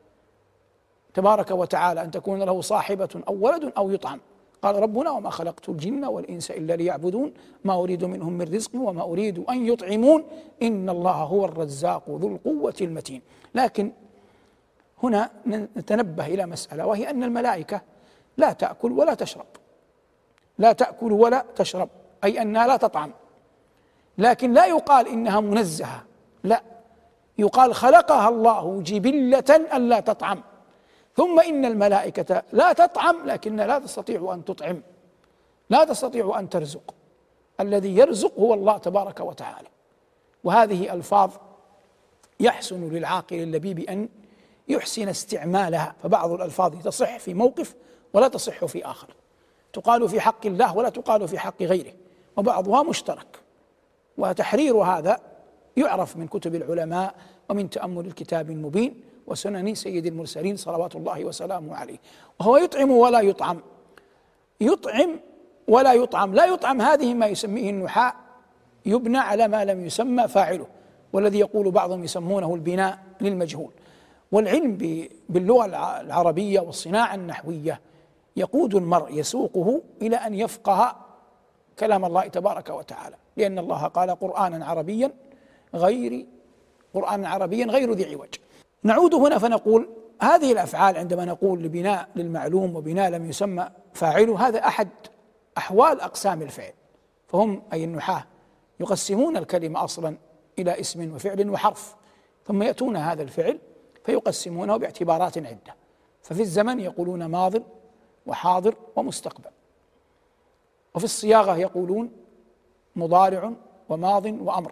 تبارك وتعالى أن تكون له صاحبة أو ولد أو يطعم. قال ربنا: وما خلقت الجن والإنس إلا ليعبدون ما أريد منهم من رزق وما أريد أن يطعمون إن الله هو الرزاق ذو القوة المتين. لكن هنا نتنبه إلى مسألة، وهي أن الملائكة لا تأكل ولا تشرب، لا تأكل ولا تشرب، أي أنها لا تطعم. لكن لا يقال إنها منزهة، لا، يقال خلقها الله جبلة ألا تطعم. ثم إن الملائكة لا تطعم لكنها لا تستطيع أن تطعم، لا تستطيع أن ترزق. الذي يرزق هو الله تبارك وتعالى. وهذه ألفاظ يحسن للعاقل اللبيب أن يحسن استعمالها، فبعض الألفاظ تصح في موقف ولا تصح في آخر، تقال في حق الله ولا تقال في حق غيره، وبعضها مشترك. وتحرير هذا يعرف من كتب العلماء ومن تأمل الكتاب المبين وسنن سيد المرسلين صلوات الله وسلامه عليه. وهو يطعم ولا يطعم. يطعم ولا يطعم، لا يطعم هذه ما يسميه النحاة يبنى على ما لم يسمى فاعله، والذي يقول بعضهم يسمونه البناء للمجهول. والعلم باللغة العربية والصناعة النحوية يقود المرء يسوقه إلى أن يفقه كلام الله تبارك وتعالى، لأن الله قال قرآنا عربيا غير قرآنا عربيا غير ذي عوج. نعود هنا فنقول هذه الأفعال عندما نقول لبناء للمعلوم وبناء لم يسمى فاعله، هذا أحد أحوال أقسام الفعل. فهم أي النحاة يقسمون الكلمة أصلا إلى اسم وفعل وحرف، ثم يأتون هذا الفعل فيقسمونه باعتبارات عدة. ففي الزمن يقولون ماض وحاضر ومستقبل، وفي الصياغة يقولون مضارع وماض وأمر،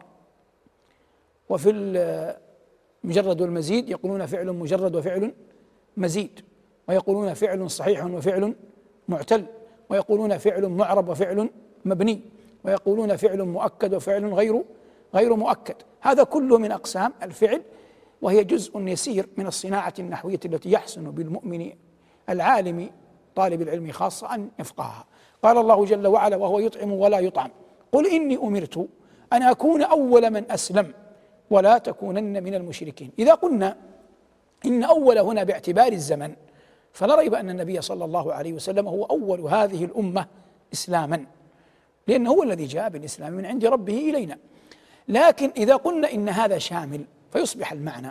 وفي مجرد والمزيد يقولون فعل مجرد وفعل مزيد، ويقولون فعل صحيح وفعل معتل، ويقولون فعل معرب وفعل مبني، ويقولون فعل مؤكد وفعل غير غير مؤكد. هذا كله من أقسام الفعل، وهي جزء يسير من الصناعة النحوية التي يحسن بالمؤمن العالم طالب العلم خاصة أن يفقهها. قال الله جل وعلا: وهو يطعم ولا يطعم قل إني أمرت أن أكون أول من أسلم ولا تكونن من المشركين. إذا قلنا إن أول هنا باعتبار الزمن، فلا ريب أن النبي صلى الله عليه وسلم هو أول هذه الأمة إسلاما، لأنه هو الذي جاء بالإسلام من عند ربه إلينا. لكن إذا قلنا إن هذا شامل، فيصبح المعنى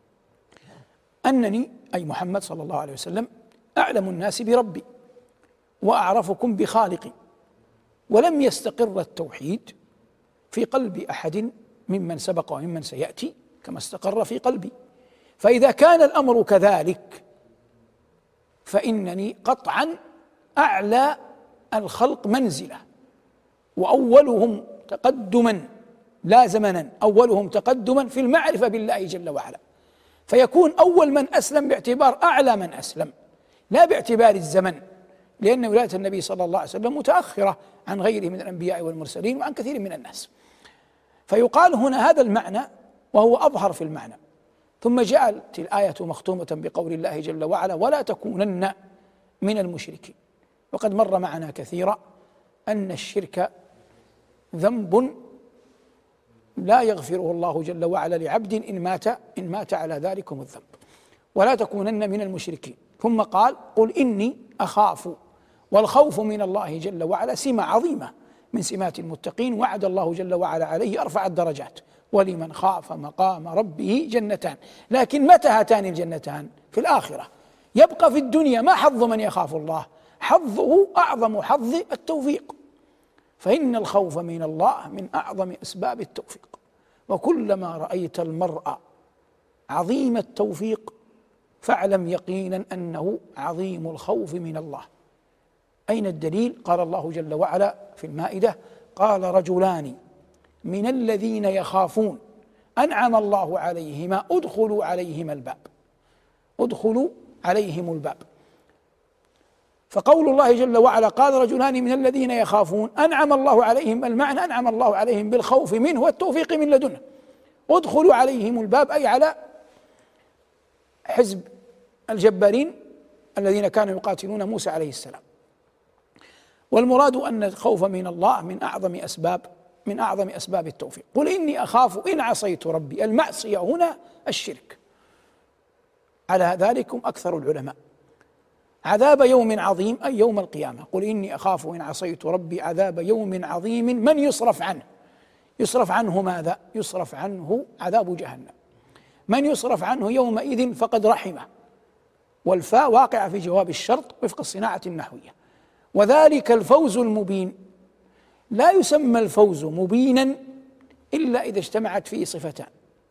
أنني أي محمد صلى الله عليه وسلم أعلم الناس بربي وأعرفكم بخالقي، ولم يستقر التوحيد في قلب أحد ممن سبق وممن سيأتي كما استقر في قلبي. فإذا كان الأمر كذلك فإنني قطعا أعلى الخلق منزلة وأولهم تقدما لا زمنا، أولهم تقدما في المعرفة بالله جل وعلا، فيكون أول من أسلم باعتبار أعلى من أسلم لا باعتبار الزمن، لأن ولاية النبي صلى الله عليه وسلم متأخرة عن غيره من الأنبياء والمرسلين وعن كثير من الناس. فيقال هنا هذا المعنى وهو أظهر في المعنى. ثم جاءت الآية مختومة بقول الله جل وعلا: ولا تكونن من المشركين. وقد مر معنا كثيرا أن الشرك ذنب لا يغفره الله جل وعلا لعبد إن مات إن مات على ذلكم الذنب. ولا تكونن من المشركين. ثم قال: قل إني أخاف. والخوف من الله جل وعلا سمة عظيمة من سمات المتقين، وعد الله جل وعلا عليه أرفع الدرجات: ولمن خاف مقام ربه جنتان. لكن متى هاتان الجنتان؟ في الآخرة. يبقى في الدنيا ما حظ من يخاف الله؟ حظه أعظم حظ التوفيق. فإن الخوف من الله من أعظم أسباب التوفيق. وكلما رأيت المرء عظيم التوفيق فاعلم يقينا أنه عظيم الخوف من الله. أين الدليل؟ قال الله جل وعلا في المائدة: قال رجلان من الذين يخافون أنعم الله عليهما ادخلوا عليهما الباب ادخلوا عليهم الباب. فقول الله جل وعلا قال رجلان من الذين يخافون أنعم الله عليهم، المعنى أنعم الله عليهم بالخوف منه والتوفيق من لدنه. ادخلوا عليهم الباب أي على حزب الجبارين الذين كانوا يقاتلون موسى عليه السلام. والمراد أن الخوف من الله من أعظم أسباب من أعظم أسباب التوفيق. قل إني أخاف إن عصيت ربي. المعصية هنا الشرك، على ذلكم أكثر العلماء. عذاب يوم عظيم أي يوم القيامة. قل إني أخاف إن عصيت ربي عذاب يوم عظيم من يصرف عنه. يصرف عنه ماذا؟ يصرف عنه عذاب جهنم. من يصرف عنه يومئذ فقد رحمه، والفاء واقعة في جواب الشرط وفق الصناعة النحوية. وذلك الفوز المبين. لا يسمى الفوز مبينا إلا إذا اجتمعت فيه صفتان: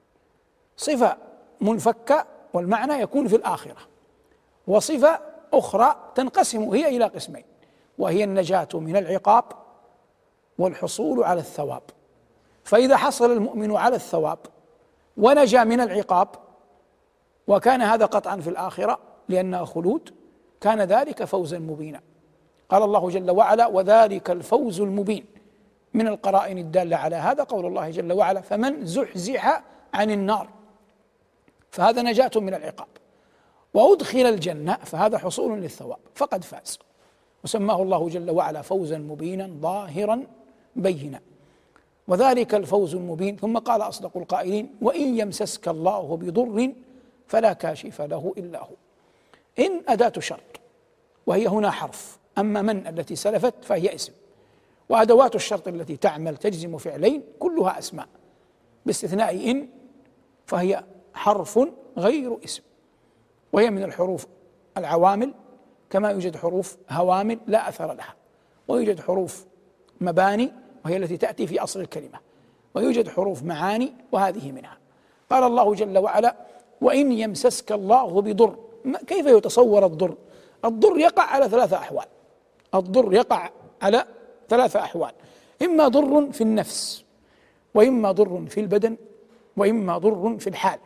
صفة منفكة والمعنى يكون في الآخرة، وصفة أخرى تنقسم هي إلى قسمين، وهي النجاة من العقاب والحصول على الثواب. فإذا حصل المؤمن على الثواب ونجا من العقاب وكان هذا قطعا في الآخرة لأنها خلود، كان ذلك فوزا مبينا. قال الله جل وعلا: وذلك الفوز المبين. من القرائن الدالة على هذا قول الله جل وعلا: فمن زحزح عن النار فهذا نجاة من العقاب وأدخل الجنة فهذا حصول للثواب فقد فاز. وسماه الله جل وعلا فوزا مبينا ظاهرا بينا. وذلك الفوز المبين. ثم قال أصدق القائلين: وإن يمسسك الله بضر فلا كاشف له إلا هو. إن أداة شرط وهي هنا حرف، أما من التي سلفت فهي اسم. وأدوات الشرط التي تعمل تجزم فعلين كلها أسماء باستثناء إن فهي حرف غير اسم، وهي من الحروف العوامل، كما يوجد حروف هوامل لا أثر لها، ويوجد حروف مباني وهي التي تأتي في أصل الكلمة، ويوجد حروف معاني وهذه منها. قال الله جل وعلا: وإن يمسسك الله بضر. كيف يتصور الضر؟ الضر يقع على ثلاثة أحوال. الضر يقع على ثلاثة أحوال: إما ضر في النفس، وإما ضر في البدن، وإما ضر في الحال.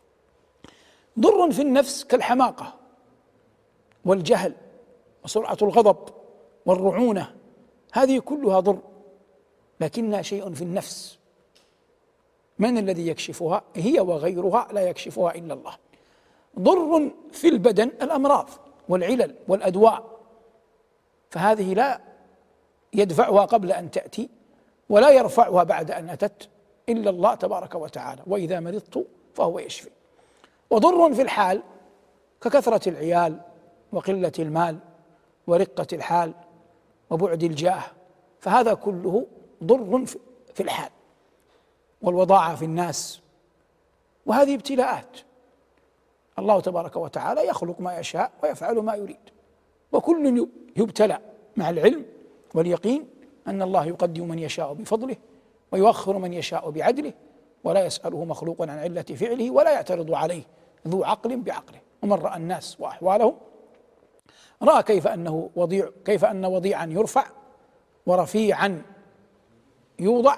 ضر في النفس كالحماقة والجهل وسرعة الغضب والرعونة، هذه كلها ضر لكنها شيء في النفس. من الذي يكشفها؟ هي وغيرها لا يكشفها إلا الله. ضر في البدن الأمراض والعلل والأدواء، فهذه لا يدفعها قبل أن تأتي ولا يرفعها بعد أن أتت إلا الله تبارك وتعالى: وإذا مرضت فهو يشفي. وضر في الحال ككثرة العيال وقلة المال ورقة الحال وبعد الجاه، فهذا كله ضر في الحال. والوضاعة في الناس، وهذه ابتلاءات. الله تبارك وتعالى يخلق ما يشاء ويفعل ما يريد، وكل يبتلى مع العلم واليقين أن الله يقدم من يشاء بفضله ويؤخر من يشاء بعدله، ولا يسأله مخلوق عن علة فعله ولا يعترض عليه ذو عقل بعقله. ومن رأى الناس وأحوالهم رأى كيف أنه وضيع، كيف أن وضيعا يرفع ورفيعا يوضع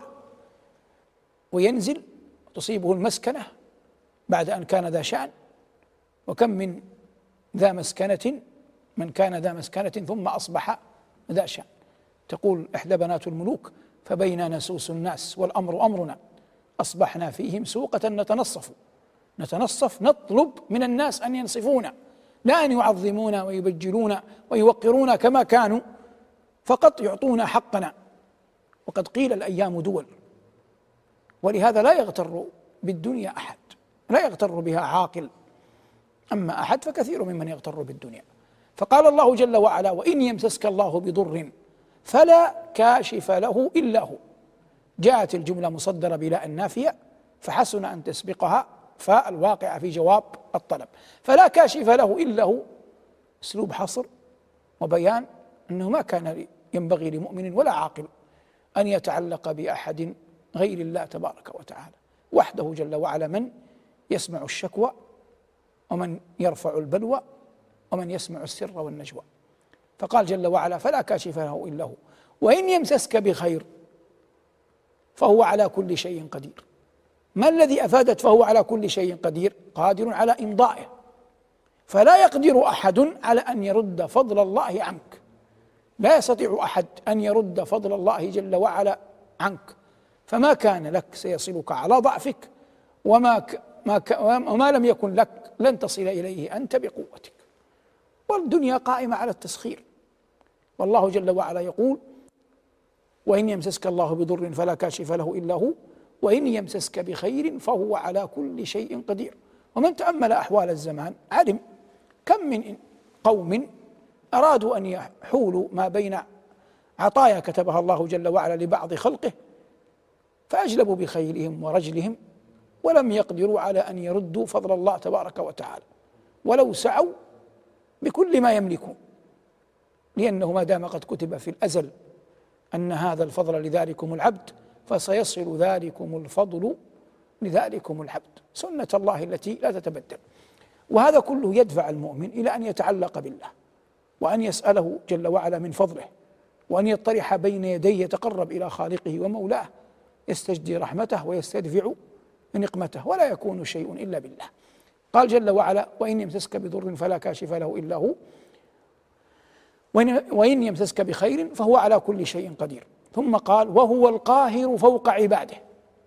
وينزل، تصيبه المسكنة بعد أن كان ذا شأن. وكم من ذا مسكنة من كان ذا مسكنة ثم أصبح ذا شأن. تقول إحدى بنات الملوك: فبينا نسوس الناس والأمر أمرنا أصبحنا فيهم سوقة نتنصف نتنصف نطلب من الناس أن ينصفونا، لا أن يعظمونا ويبجلونا ويوقرونا كما كانوا، فقط يعطونا حقنا. وقد قيل الأيام دول، ولهذا لا يغتر بالدنيا أحد، لا يغتر بها عاقل، أما أحد فكثير ممن يغتر بالدنيا. فقال الله جل وعلا: وإن يمسسك الله بضر فلا كاشف له إلا هو. جاءت الجملة مصدرة بلا النافية، فحسن أن تسبقها فاء الواقعة في جواب الطلب. فلا كاشف له إلا هو، أسلوب حصر وبيان أنه ما كان ينبغي لمؤمن ولا عاقل أن يتعلق بأحد غير الله تبارك وتعالى، وحده جل وعلا من يسمع الشكوى ومن يرفع البلوى ومن يسمع السر والنجوى. فقال جل وعلا: فلا كاشف له إلا هو، وإن يمسسك بخير فهو على كل شيء قدير. ما الذي أفادت فهو على كل شيء قدير؟ قادر على إمضائه، فلا يقدر أحد على أن يرد فضل الله عنك، لا يستطيع أحد أن يرد فضل الله جل وعلا عنك. فما كان لك سيصلك على ضعفك، وما ك ما ك وما لم يكن لك لن تصل إليه أنت بقوتك. والدنيا قائمة على التسخير، والله جل وعلا يقول: وإن يمسسك الله بضر فلا كاشف له إلا هو، وإن يمسسك بخير فهو على كل شيء قدير. ومن تأمل أحوال الزمان علم كم من قوم أرادوا أن يحولوا ما بين عطايا كتبها الله جل وعلا لبعض خلقه، فأجلبوا بخيلهم ورجلهم ولم يقدروا على أن يردوا فضل الله تبارك وتعالى، ولو سعوا بكل ما يملكون، لأنه ما دام قد كتب في الأزل أن هذا الفضل لذلكم العبد فسيصل ذلكم الفضل لذلكم العبد، سنة الله التي لا تتبدل. وهذا كله يدفع المؤمن إلى أن يتعلق بالله، وأن يسأله جل وعلا من فضله، وأن يطرح بين يديه يتقرب إلى خالقه ومولاه، يستجدي رحمته ويستدفع نقمته، ولا يكون شيء إلا بالله. قال جل وعلا: وإن يمسسك بضر فلا كاشف له إلا هو، وإن يمسسك بخير فهو على كل شيء قدير. ثم قال: وهو القاهر فوق عباده.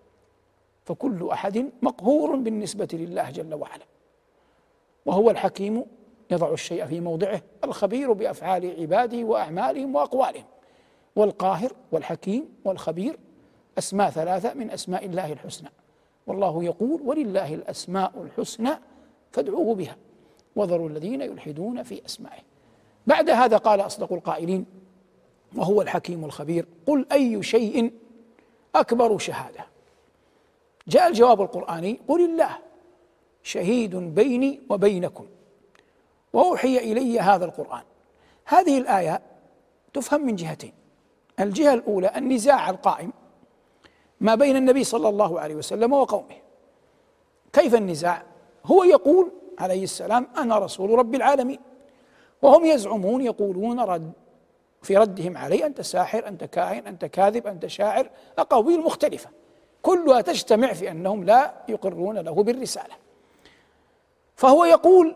فكل أحد مقهور بالنسبة لله جل وعلا. وهو الحكيم يضع الشيء في موضعه، الخبير بأفعال عباده وأعمالهم وأقوالهم. والقاهر والحكيم والخبير أسماء ثلاثة من أسماء الله الحسنى، والله يقول: ولله الأسماء الحسنى فادعوه بها وذروا الذين يلحدون في أسمائه. بعد هذا قال أصدق القائلين: وهو الحكيم الخبير. قل أي شيء أكبر شهادة؟ جاء الجواب القرآني: قل الله شهيد بيني وبينكم وأوحي إلي هذا القرآن. هذه الآية تفهم من جهتين: الجهة الأولى النزاع القائم ما بين النبي صلى الله عليه وسلم وقومه. كيف النزاع؟ هو يقول عليه السلام: أنا رسول رب العالمين، وهم يزعمون يقولون رد في ردهم عليه: أنت ساحر، أنت كاهن، أنت كاذب، أنت شاعر، أقاويل مختلفة كلها تجتمع في أنهم لا يقرون له بالرسالة. فهو يقول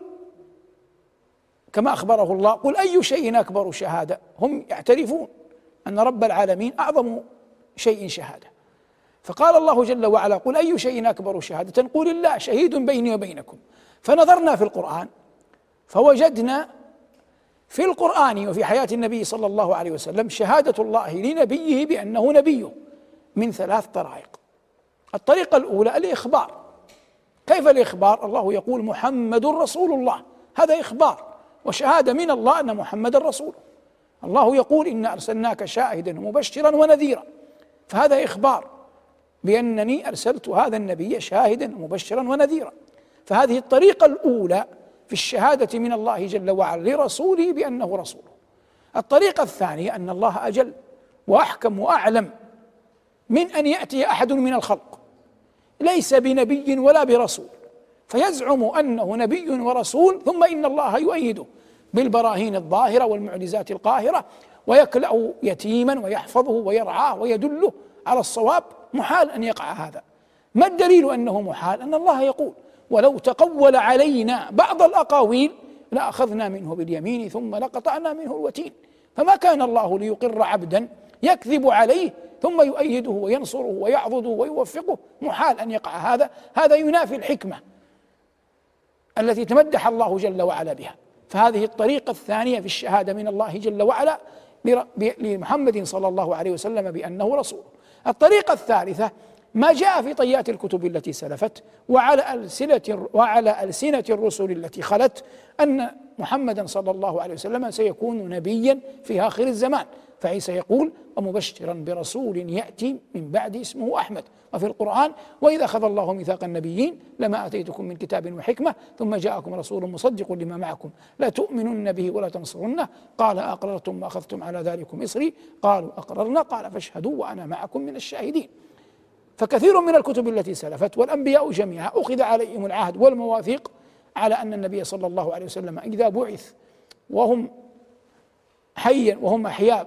كما أخبره الله: قل أي شيء أكبر شهادة. هم يعترفون أن رب العالمين أعظم شيء شهادة. فقال الله جل وعلا: قل أي شيء أكبر شهادة؟ قل الله شهيد بيني وبينكم. فنظرنا في القرآن فوجدنا في القرآن وفي حياة النبي صلى الله عليه وسلم شهادة الله لنبيه بأنه نبيه من ثلاث طرائق. الطريقة الأولى الإخبار. كيف الإخبار؟ الله يقول: محمد رسول الله، هذا إخبار وشهادة من الله أن محمد رسوله. الله يقول: إنا أرسلناك شاهدا ومبشرا ونذيرا، فهذا إخبار بأنني أرسلت هذا النبي شاهدا ومبشرا ونذيرا. فهذه الطريقة الأولى في الشهادة من الله جل وعلا لرسوله بأنه رسوله. الطريقة الثانية أن الله أجل وأحكم وأعلم من أن يأتي أحد من الخلق ليس بنبي ولا برسول فيزعم أنه نبي ورسول ثم إن الله يؤيده بالبراهين الظاهرة والمعجزات القاهرة، ويكلأ يتيما ويحفظه ويرعاه ويدله على الصواب، محال أن يقع هذا. ما الدليل أنه محال؟ أن الله يقول: ولو تقول علينا بعض الأقاويل لأخذنا منه باليمين ثم لقطعنا منه الوتين. فما كان الله ليقر عبدا يكذب عليه ثم يؤيده وينصره ويعضده ويوفقه، محال أن يقع هذا. هذا ينافي الحكمة التي تمدح الله جل وعلا بها. فهذه الطريقة الثانية في الشهادة من الله جل وعلا لمحمد صلى الله عليه وسلم بأنه رسول. الطريقة الثالثة ما جاء في طيات الكتب التي سلفت وعلى ألسنة وعلى ألسنة الرسل التي خلت، أن محمدا صلى الله عليه وسلم سيكون نبيا في آخر الزمان. فعيسى يقول: ومبشرا برسول يأتي من بعد اسمه أحمد. وفي القرآن: وإذا أخذ الله ميثاق النبيين لما آتيتكم من كتاب وحكمة ثم جاءكم رسول مصدق لما معكم لتؤمنن به ولا تنصرنه قال أقررتم وأخذتم على ذلكم إصري قالوا أقررنا قال فاشهدوا وأنا معكم من الشاهدين. فكثير من الكتب التي سلفت والأنبياء جميعا أخذ عليهم العهد والمواثيق على أن النبي صلى الله عليه وسلم إذا بعث وهم حيا وهم أحياء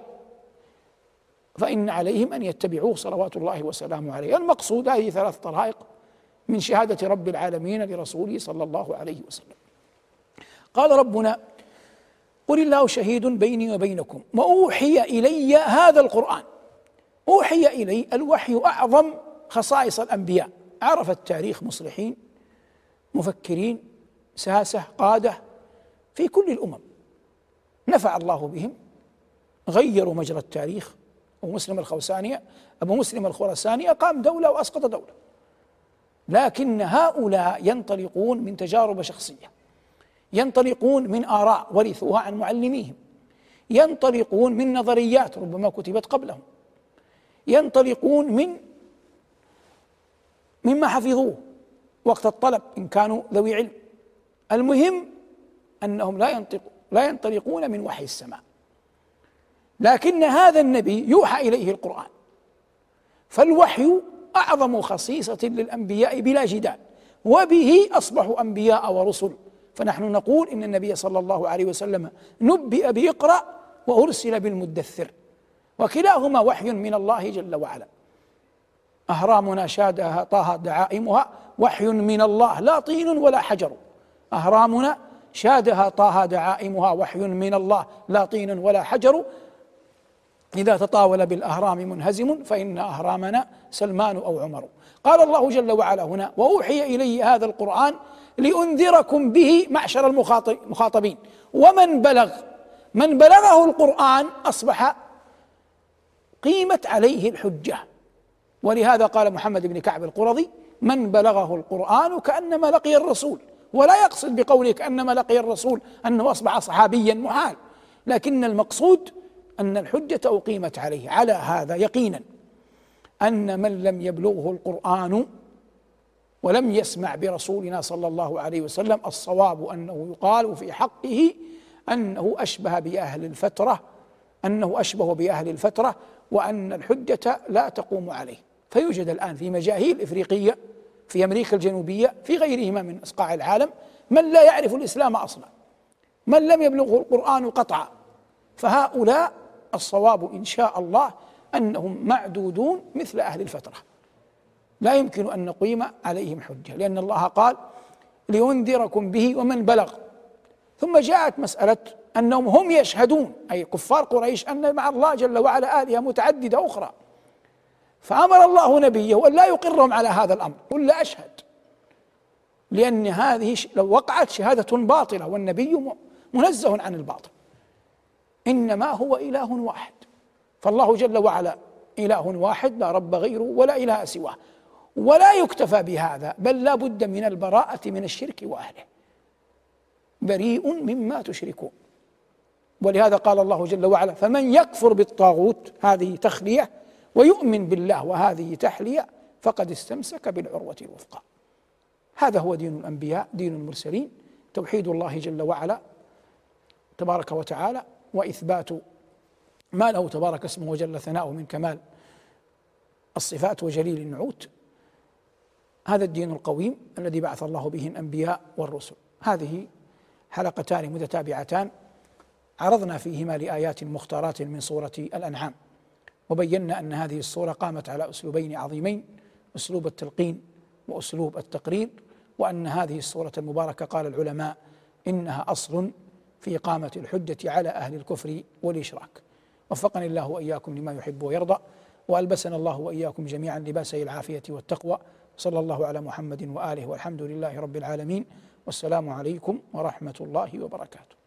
فإن عليهم أن يتبعوه صلوات الله وسلامه عليه. المقصود هذه ثلاث طرائق من شهادة رب العالمين لرسوله صلى الله عليه وسلم. قال ربنا: قل الله شهيد بيني وبينكم وأوحي إلي هذا القرآن. أوحي إلي، الوحي أعظم خصائص الأنبياء. عرف التاريخ مصلحين مفكرين ساسة قادة في كل الأمم، نفع الله بهم، غيروا مجرى التاريخ. ومسلم الخوسانية أبو مسلم الخراساني أقام دولة وأسقط دولة. لكن هؤلاء ينطلقون من تجارب شخصية، ينطلقون من آراء ورثوها عن معلميهم، ينطلقون من نظريات ربما كتبت قبلهم، ينطلقون من مما حفظوه وقت الطلب إن كانوا ذوي علم. المهم أنهم لا ينطقون لا ينطلقون من وحي السماء، لكن هذا النبي يوحى إليه القرآن، فالوحي أعظم خصيصة للأنبياء بلا جدال، وبه أصبحوا أنبياء ورسل. فنحن نقول إن النبي صلى الله عليه وسلم نبئ بإقرأ وأرسل بالمدثر، وكلاهما وحي من الله جل وعلا. أهرامنا شادها طه دعائمها وحي من الله لا طين ولا حجر. أهرامنا شادها طه دعائمها وحي من الله لا طين ولا حجر. إذا تطاول بالأهرام منهزم فإن أهرامنا سلمان أو عمر. قال الله جل وعلا هنا: وأوحي إلي هذا القرآن لأنذركم به معشر المخاطبين. ومن بلغ من بلغه القرآن أصبح قيمت عليه الحجة. ولهذا قال محمد بن كعب القرظي: من بلغه القرآن كأنما لقي الرسول. ولا يقصد بقوله كأنما لقي الرسول أنه أصبح صحابيا، محال، لكن المقصود أن الحجة أقيمت عليه. على هذا يقينا أن من لم يبلغه القرآن ولم يسمع برسولنا صلى الله عليه وسلم، الصواب أنه يقال في حقه أنه أشبه بأهل الفترة أنه أشبه بأهل الفترة وأن الحجة لا تقوم عليه. فيوجد الآن في مجاهيل إفريقية في أمريكا الجنوبية في غيرهما من أصقاع العالم من لا يعرف الإسلام أصلا، من لم يبلغه القرآن قطعا. فهؤلاء الصواب إن شاء الله أنهم معدودون مثل أهل الفترة، لا يمكن أن نقيم عليهم حجة، لأن الله قال: لينذركم به ومن بلغ. ثم جاءت مسألة أنهم هم يشهدون، أي كفار قريش، أن مع الله جل وعلا آلهة متعددة أخرى، فأمر الله نبيه أن لا يقرهم على هذا الأمر. قل لا أشهد، لأن هذه لو وقعت شهادة باطلة، والنبي منزه عن الباطل، إنما هو إله واحد. فالله جل وعلا إله واحد لا رب غيره ولا إله سواه، ولا يكتفى بهذا، بل لا بد من البراءة من الشرك وأهله، بريء مما تشركون. ولهذا قال الله جل وعلا: فمن يكفر بالطاغوت، هذه تخلية، ويؤمن بالله، وهذه تحلية، فقد استمسك بالعروة الوثقى. هذا هو دين الأنبياء، دين المرسلين، توحيد الله جل وعلا تبارك وتعالى، وإثبات ما له تبارك اسمه وجل ثناؤه من كمال الصفات وجليل النعوت. هذا الدين القويم الذي بعث الله به الأنبياء والرسل. هذه حلقتان متتابعتان عرضنا فيهما لآيات مختارات من سورة الأنعام، وبينا أن هذه السورة قامت على أسلوبين عظيمين، أسلوب التلقين وأسلوب التقرير، وأن هذه السورة المباركة قال العلماء إنها أصل في إقامة الحجة على أهل الكفر والإشراك. وفقني الله وإياكم لما يحب ويرضى، وألبسنا الله وإياكم جميعا لباسي العافية والتقوى. صلى الله على محمد وآله، والحمد لله رب العالمين، والسلام عليكم ورحمة الله وبركاته.